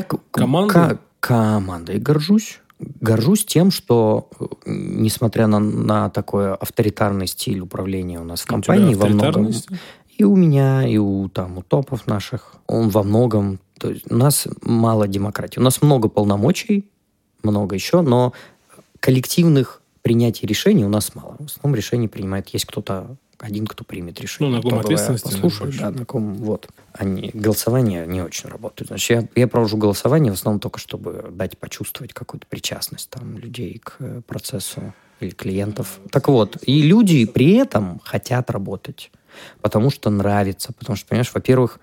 командой горжусь. Горжусь тем, что, несмотря на такой авторитарный стиль управления у нас в компании, во многом... И у меня, и у топов наших, он во многом... То есть у нас мало демократии. У нас много полномочий, много еще, но коллективных принятий решений у нас мало. В основном решения принимает... Есть кто-то один, кто примет решение. Ну, на ком ответственности послушает, да, на ком... Вот. Голосование не очень работает. Значит, я провожу голосование в основном только, чтобы дать почувствовать какую-то причастность людей к процессу или клиентов. Так вот, и люди при этом хотят работать, потому что нравится. Потому что, понимаешь, во-первых,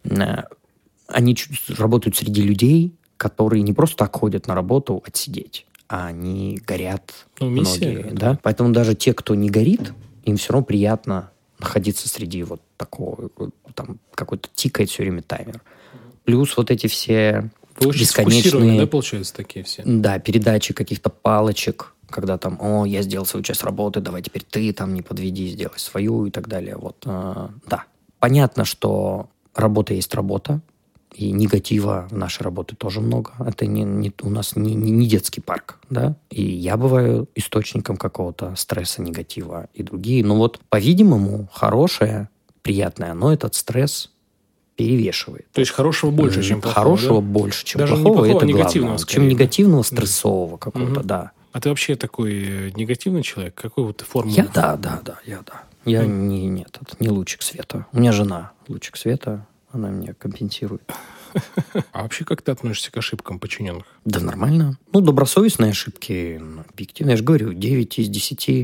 они работают среди людей, которые не просто так ходят на работу отсидеть, а они горят многие. Да? Поэтому даже те, кто не горит, им все равно приятно находиться среди вот такого, там какой-то тикает все время таймер. Плюс вот эти все бесконечные... да, получается, такие все? Да, передачи каких-то палочек, когда там, я сделал свою часть работы, давай теперь ты там не подведи, сделай свою и так далее. Вот, да. Понятно, что работа есть работа, и негатива в нашей работе тоже много. Это у нас не детский парк, да. И я бываю источником какого-то стресса, негатива и другие. Но вот, по-видимому, хорошее, приятное, но этот стресс перевешивает. То есть хорошего больше, чем плохого, Хорошего да? больше, чем даже плохого. Не плохого, это негативного, главное. Скорее, чем негативного, стрессового какого-то, да. А ты вообще такой негативный человек? Какой вот ты форму? Я да. Я не лучик света. У меня жена лучик света. Она меня компенсирует. А вообще как ты относишься к ошибкам подчиненных? Да нормально. Добросовестные ошибки, объективно. Я же говорю, 9 из 10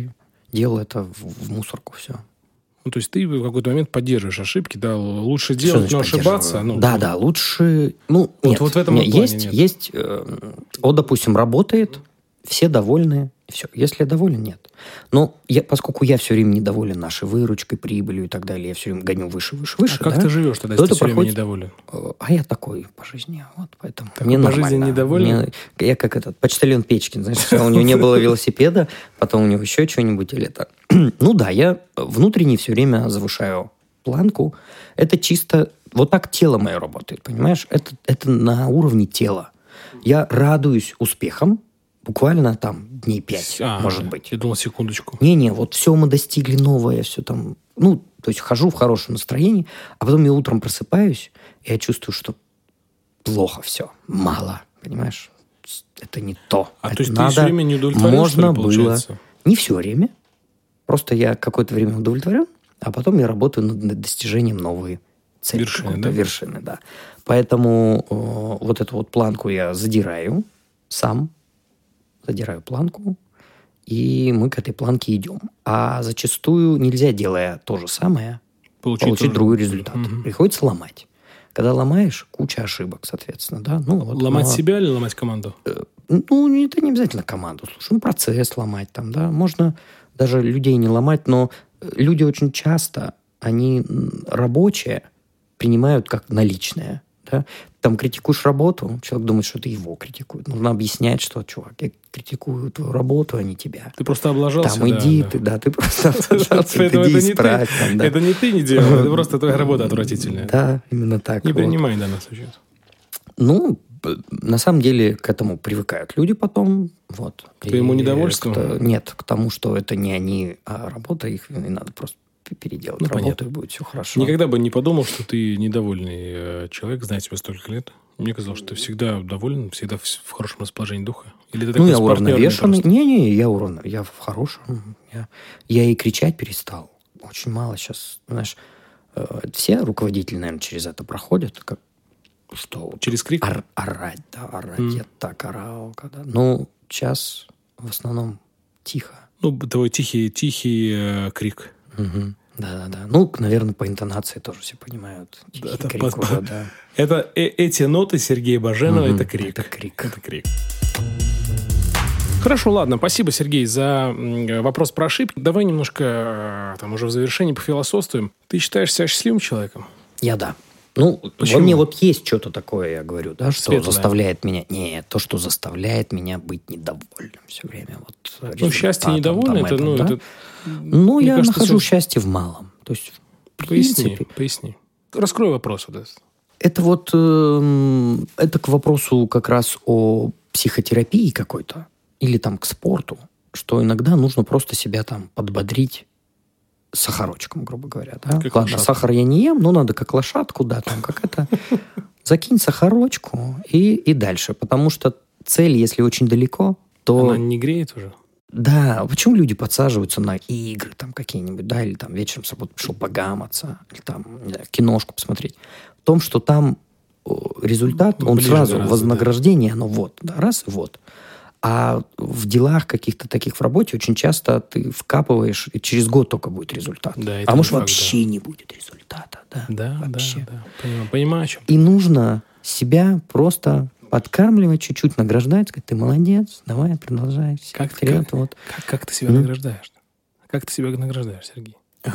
делал это в мусорку, все. Ну, то есть ты в какой-то момент поддерживаешь ошибки, да, лучше делать, но ошибаться. Ну, да, лучше... Ну, вот, нет, вот в этом плане есть, вот, допустим, работает, все довольны, все. Если я доволен, нет. Но поскольку я все время недоволен нашей выручкой, прибылью и так далее, я все время гоню выше. А как ты живешь тогда, если ты все время недоволен? А я такой по жизни, вот поэтому так мне нормально. По жизни недоволен? Я как почтальон Печкин, знаешь, у него не было велосипеда, потом у него еще что-нибудь или это. Ну да, я внутренне все время завышаю планку. Это чисто... Вот так тело мое работает, понимаешь? Это на уровне тела. Я радуюсь успехам, буквально там дней 5, может быть. Я думал, секундочку. Не-не, вот все мы достигли новое, все там... Ну, то есть хожу в хорошем настроении, а потом я утром просыпаюсь, и я чувствую, что плохо все, мало, понимаешь? Это не то. А то есть ты все время не удовлетворен, можно что ли, получается? Было... Не все время. Просто я какое-то время удовлетворен, а потом я работаю над достижением новой цели. Вершины, да. Поэтому вот эту вот планку я задираю сам, задираю планку, и мы к этой планке идем. А зачастую нельзя, делая то же самое, получить другой результат. Угу. Приходится ломать. Когда ломаешь, куча ошибок, соответственно. Да? Ну, вот, ломать себя или ломать команду? Ну, это не обязательно команду. Слушай, процесс ломать там, да. Можно даже людей не ломать, но люди очень часто, они рабочие принимают как наличное. Да? Там критикуешь работу, человек думает, что это его критикуют. Нужно объяснять, что, чувак, я критикую твою работу, а не тебя. Ты просто облажался. Там иди, ты просто облажался, иди исправь. Это не ты не делал, это просто твоя работа отвратительная. Да, именно так. Не принимай данный случай. Ну, на самом деле к этому привыкают люди потом. Вот. К твоему недовольству? Нет, к тому, что это не они, а работа их, и надо просто переделать работу, и будет все хорошо. Никогда бы не подумал, что ты недовольный человек, зная тебя столько лет. Мне казалось, что ты всегда доволен, всегда в хорошем расположении духа. Или ты такой я уравновешенный. Не, я в хорошем. Я и кричать перестал. Очень мало сейчас. Знаешь, все руководители, наверное, через это проходят. Как, что? Через крик? Орать, да, орать. Я так орал. Когда... Ну, сейчас в основном тихо. Ну, твой тихий крик. Угу. Да. Ну, наверное, по интонации тоже все понимают. Это эти ноты Сергея Баженова, это крик. Это крик. Хорошо, ладно. Спасибо, Сергей, за вопрос про ошибки. Давай немножко там уже в завершении пофилософствуем. Ты считаешь себя счастливым человеком? Да. Ну, во мне вот есть что-то такое, я говорю, да, что Светлое. Заставляет меня... Не, то, что заставляет меня быть недовольным все время. Вот, ну, счастье недовольно, это, ну, да? Это... Ну, я нахожу счастье в малом. То есть, в принципе... Поясни. Раскрой вопрос. Это вот... это к вопросу как раз о психотерапии какой-то. Или там к спорту. Что иногда нужно просто себя там подбодрить сахарочком, грубо говоря. Да? Как Ладно, лошадку. Сахар я не ем, но надо как лошадку, да, там как это. Закинь сахарочку и дальше. Потому что цель, если очень далеко, то... Она не греет уже? Да. Почему люди подсаживаются на игры там какие-нибудь, да, или там вечером с работы пришел погаматься, или там, не знаю, киношку посмотреть. В том, что там результат, он сразу, гораздо, вознаграждение, оно вот, да, раз и вот. А в делах каких-то таких в работе очень часто ты вкапываешь, и через год только будет результат. Да, а может, вообще не будет результата. Да, вообще. Да. Понимаю, о чем. И нужно себя просто подкармливать, чуть-чуть награждать, сказать, ты молодец, давай, продолжай. Как ты себя награждаешь? Как ты себя награждаешь, Сергей?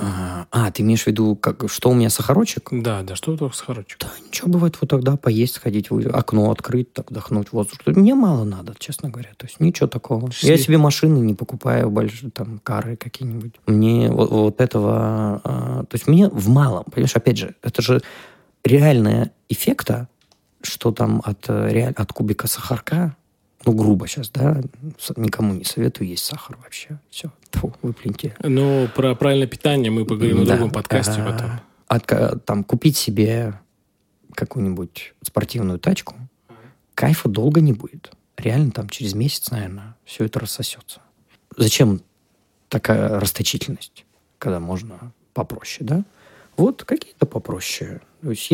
Ты имеешь в виду, что у меня сахарочек? Да, что у тебя сахарочек? Да, ничего, бывает, вот тогда поесть, сходить, окно открыть, так вдохнуть воздух. Мне мало надо, честно говоря. То есть ничего такого. Я себе машины не покупаю, большие, там, кары какие-нибудь. Мне вот этого... то есть мне в малом, понимаешь, опять же, это же реальная эффекта, что там от кубика сахарка, ну, грубо сейчас, да, никому не советую есть сахар вообще. Все, выплюньте. Ну, про правильное питание мы поговорим в другом подкасте потом. Там купить себе какую-нибудь спортивную тачку, кайфа долго не будет. Реально там через месяц, наверное, все это рассосется. Зачем такая расточительность, когда можно попроще, да? Вот какие-то попроще. То есть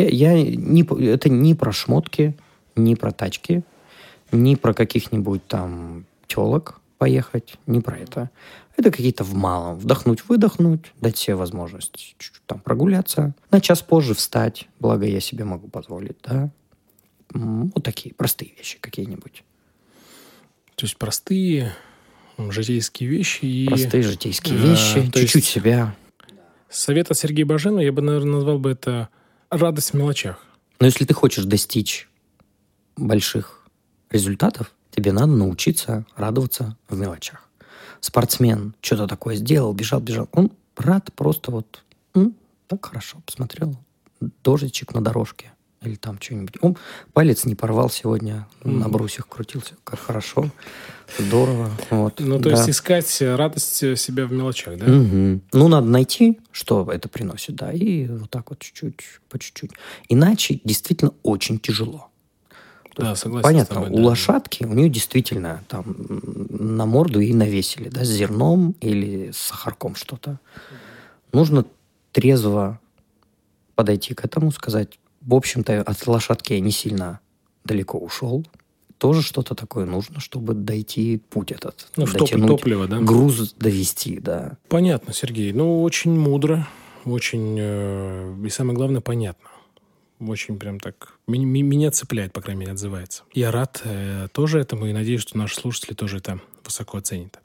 это не про шмотки, не про тачки, не про каких-нибудь там телок. поехать, не про это. Это какие-то в малом. Вдохнуть, выдохнуть, дать себе возможность чуть-чуть там прогуляться. На час позже встать, благо я себе могу позволить, да. Вот такие простые вещи какие-нибудь. То есть простые житейские вещи. Простые житейские вещи, чуть-чуть себя. Совет от Сергея Баженова, я бы, наверное, назвал бы это радость в мелочах. Но если ты хочешь достичь больших результатов, тебе надо научиться радоваться в мелочах. Спортсмен что-то такое сделал, бежал. Он рад просто вот, так хорошо посмотрел, дождичек на дорожке или там что-нибудь. Он палец не порвал сегодня, на брусьях крутился, как хорошо, здорово. Вот, то есть искать радость себя в мелочах, да? Ну, надо найти, что это приносит, да, и вот так вот чуть-чуть, по чуть-чуть. Иначе действительно очень тяжело. Да, согласен. Понятно, с тобой, у лошадки, у нее действительно там на морду ей навесили, да, с зерном или с сахарком что-то. Нужно трезво подойти к этому, сказать, в общем-то, от лошадки я не сильно далеко ушел. Тоже что-то такое нужно, чтобы дойти путь этот. Дотянуть топливо, да? Груз довести, да. Понятно, Сергей. Очень мудро, очень, и самое главное, понятно. Очень прям так меня цепляет, по крайней мере, отзывается. Я рад тоже этому и надеюсь, что наши слушатели тоже это высоко оценят.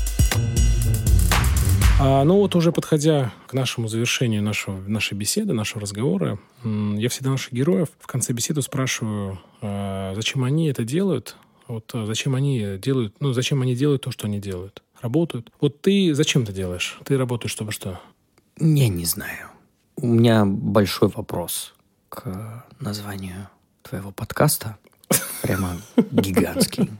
Уже подходя к нашему завершению нашей беседы, нашего разговора, я всегда наших героев в конце беседы спрашиваю, зачем они это делают, зачем они делают то, что они делают, работают. Ты зачем это делаешь? Ты работаешь, чтобы что? Я не знаю. У меня большой вопрос к названию твоего подкаста. Прямо гигантский.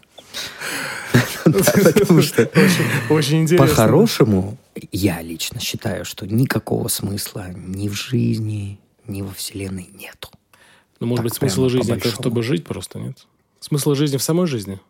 Потому что очень интересно. По-хорошему, я лично считаю, что никакого смысла ни в жизни, ни во Вселенной нету. Может быть, смысл жизни это чтобы жить просто, нет? Смысл жизни в самой жизни?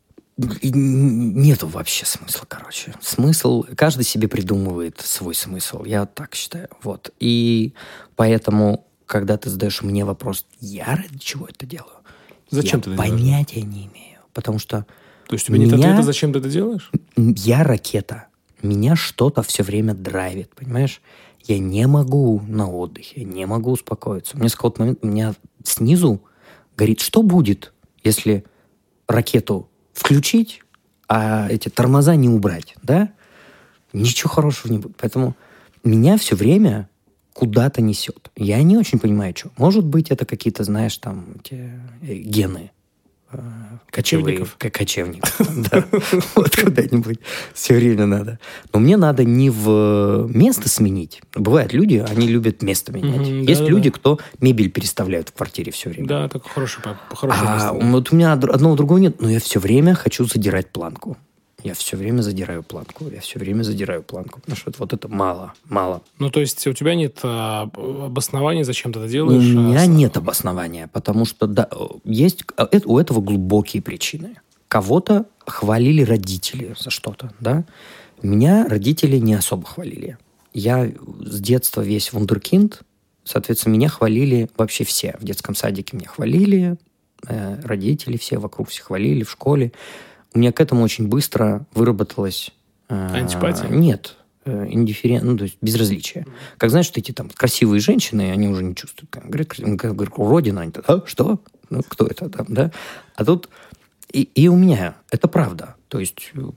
Нету вообще смысла, короче. Смысл, каждый себе придумывает свой смысл. Я вот так считаю. Вот. И поэтому, когда ты задаешь мне вопрос, я ради чего это делаю? Зачем ты это делаешь? Понятия не имею. Потому что то есть у тебя нет ответа, зачем ты это делаешь? Я ракета. Меня что-то все время драйвит, понимаешь? Я не могу на отдыхе, не могу успокоиться. У меня с какого-то момента у меня снизу горит, что будет, если ракету включить, а эти тормоза не убрать, да? Ничего хорошего не будет. Поэтому меня все время куда-то несет. Я не очень понимаю, что. Может быть, это какие-то, знаешь, там, гены. Кочевников. Кочевников, да. Вот куда-нибудь все время надо. Но мне надо не в место сменить. Бывают люди, они любят место менять. Есть люди, кто мебель переставляют в квартире все время. Да, так хорошее место. Вот у меня одного другого нет, но я все время хочу задирать планку. Я все время задираю планку. Потому что вот это мало. То есть у тебя нет обоснований, зачем ты это делаешь? У меня нет обоснования, потому что есть у этого глубокие причины. Кого-то хвалили родители за что-то, да? Меня родители не особо хвалили. Я с детства весь вундеркинд, соответственно, меня хвалили вообще все. В детском садике меня хвалили, родители все вокруг все хвалили, в школе. У меня к этому очень быстро выработалась... Антипатия? Нет. То есть безразличие. Как знаешь, что эти там красивые женщины, они уже не чувствуют. Говорят, уродина. Они что? Кто это там, да? А тут... И у меня это правда. То есть у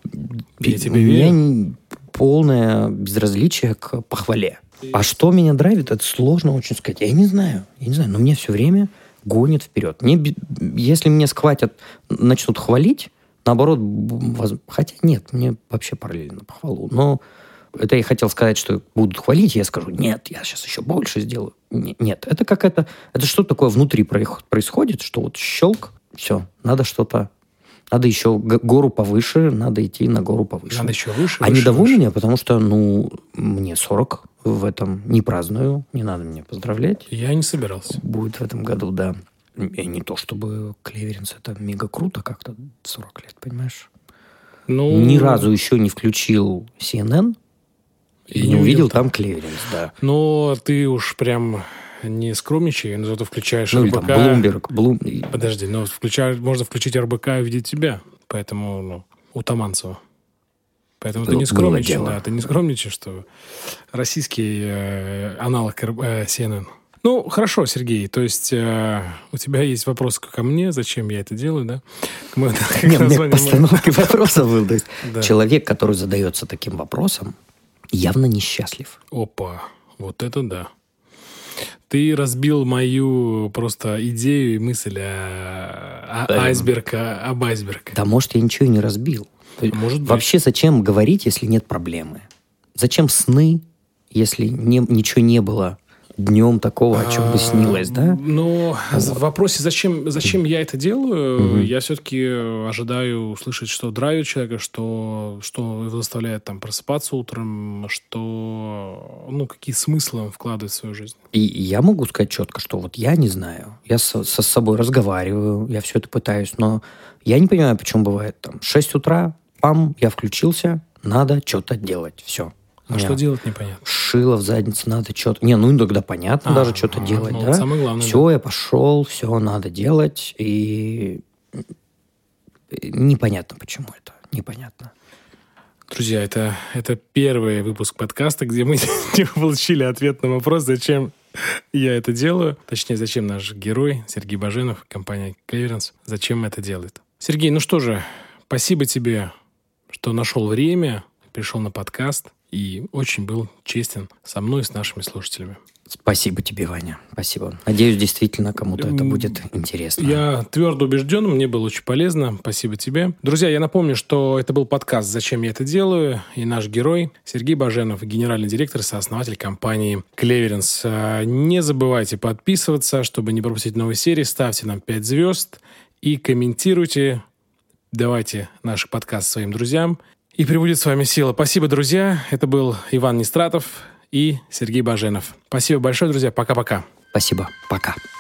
меня полное безразличие к похвале. А что меня драйвит, это сложно очень сказать. Я не знаю. Но мне все время гонит вперед. Если меня схватят, начнут хвалить, наоборот, хотя нет, мне вообще параллельно похвалу. Но это я хотел сказать, что будут хвалить, я скажу, нет, я сейчас еще больше сделаю. Нет, это это что-то такое внутри происходит, что вот щелк, все, надо еще гору повыше, надо идти на гору повыше. Надо еще выше. Они довольны меня, потому что, мне 40 в этом не праздную, не надо меня поздравлять. Я не собирался. Будет в этом году, да. И не то, чтобы Клеверинс это мега круто как-то в 40 лет, понимаешь? Ни разу еще не включил CNN и не увидел там Клеверинс, да. Но ты уж прям не скромничай, но зато включаешь РБК. Bloomberg. Подожди, можно включить РБК и увидеть тебя. Поэтому, у Таманцева. Поэтому ты не скромничаешь, что российский аналог CNN. Ну, хорошо, Сергей, то есть у тебя есть вопрос ко мне, зачем я это делаю, да? Нет, постановка вопроса был. То есть человек, который задается таким вопросом, явно несчастлив. Опа, вот это да. Ты разбил мою просто идею и мысль об айсберге. Да, может, я ничего и не разбил. Может быть. Вообще, зачем говорить, если нет проблемы? Зачем сны, если ничего не было днем такого, о чем бы снилось, да? Но в вопросе, зачем я это делаю, я все-таки ожидаю услышать, что драйвит человека, что его заставляет там просыпаться утром, какие смыслы он вкладывает в свою жизнь. И я могу сказать четко, что вот я не знаю. Я со собой разговариваю, я все это пытаюсь, но я не понимаю, почему бывает там 6 утра, я включился, надо что-то делать, все. Что делать, непонятно. Шило в заднице, надо что-то... иногда понятно даже что-то делать, да? Самое главное. Все, я пошел, все надо делать, и непонятно, почему это. Непонятно. Друзья, это первый выпуск подкаста, где мы не получили ответ на вопрос, зачем я это делаю. Точнее, зачем наш герой Сергей Баженов, компания Cleverence, зачем это делает. Сергей, ну что же, спасибо тебе, что нашел время, пришел на подкаст и очень был честен со мной и с нашими слушателями. Спасибо тебе, Ваня. Спасибо. Надеюсь, действительно, кому-то это будет интересно. Я твердо убежден, мне было очень полезно. Спасибо тебе. Друзья, я напомню, что это был подкаст «Зачем я это делаю?» и наш герой Сергей Баженов, генеральный директор и сооснователь компании Cleverence. Не забывайте подписываться, чтобы не пропустить новые серии. Ставьте нам 5 звезд и комментируйте. Давайте наш подкаст своим друзьям. И пребудет с вами сила. Спасибо, друзья. Это был Иван Нестратов и Сергей Баженов. Спасибо большое, друзья. Пока-пока. Спасибо. Пока.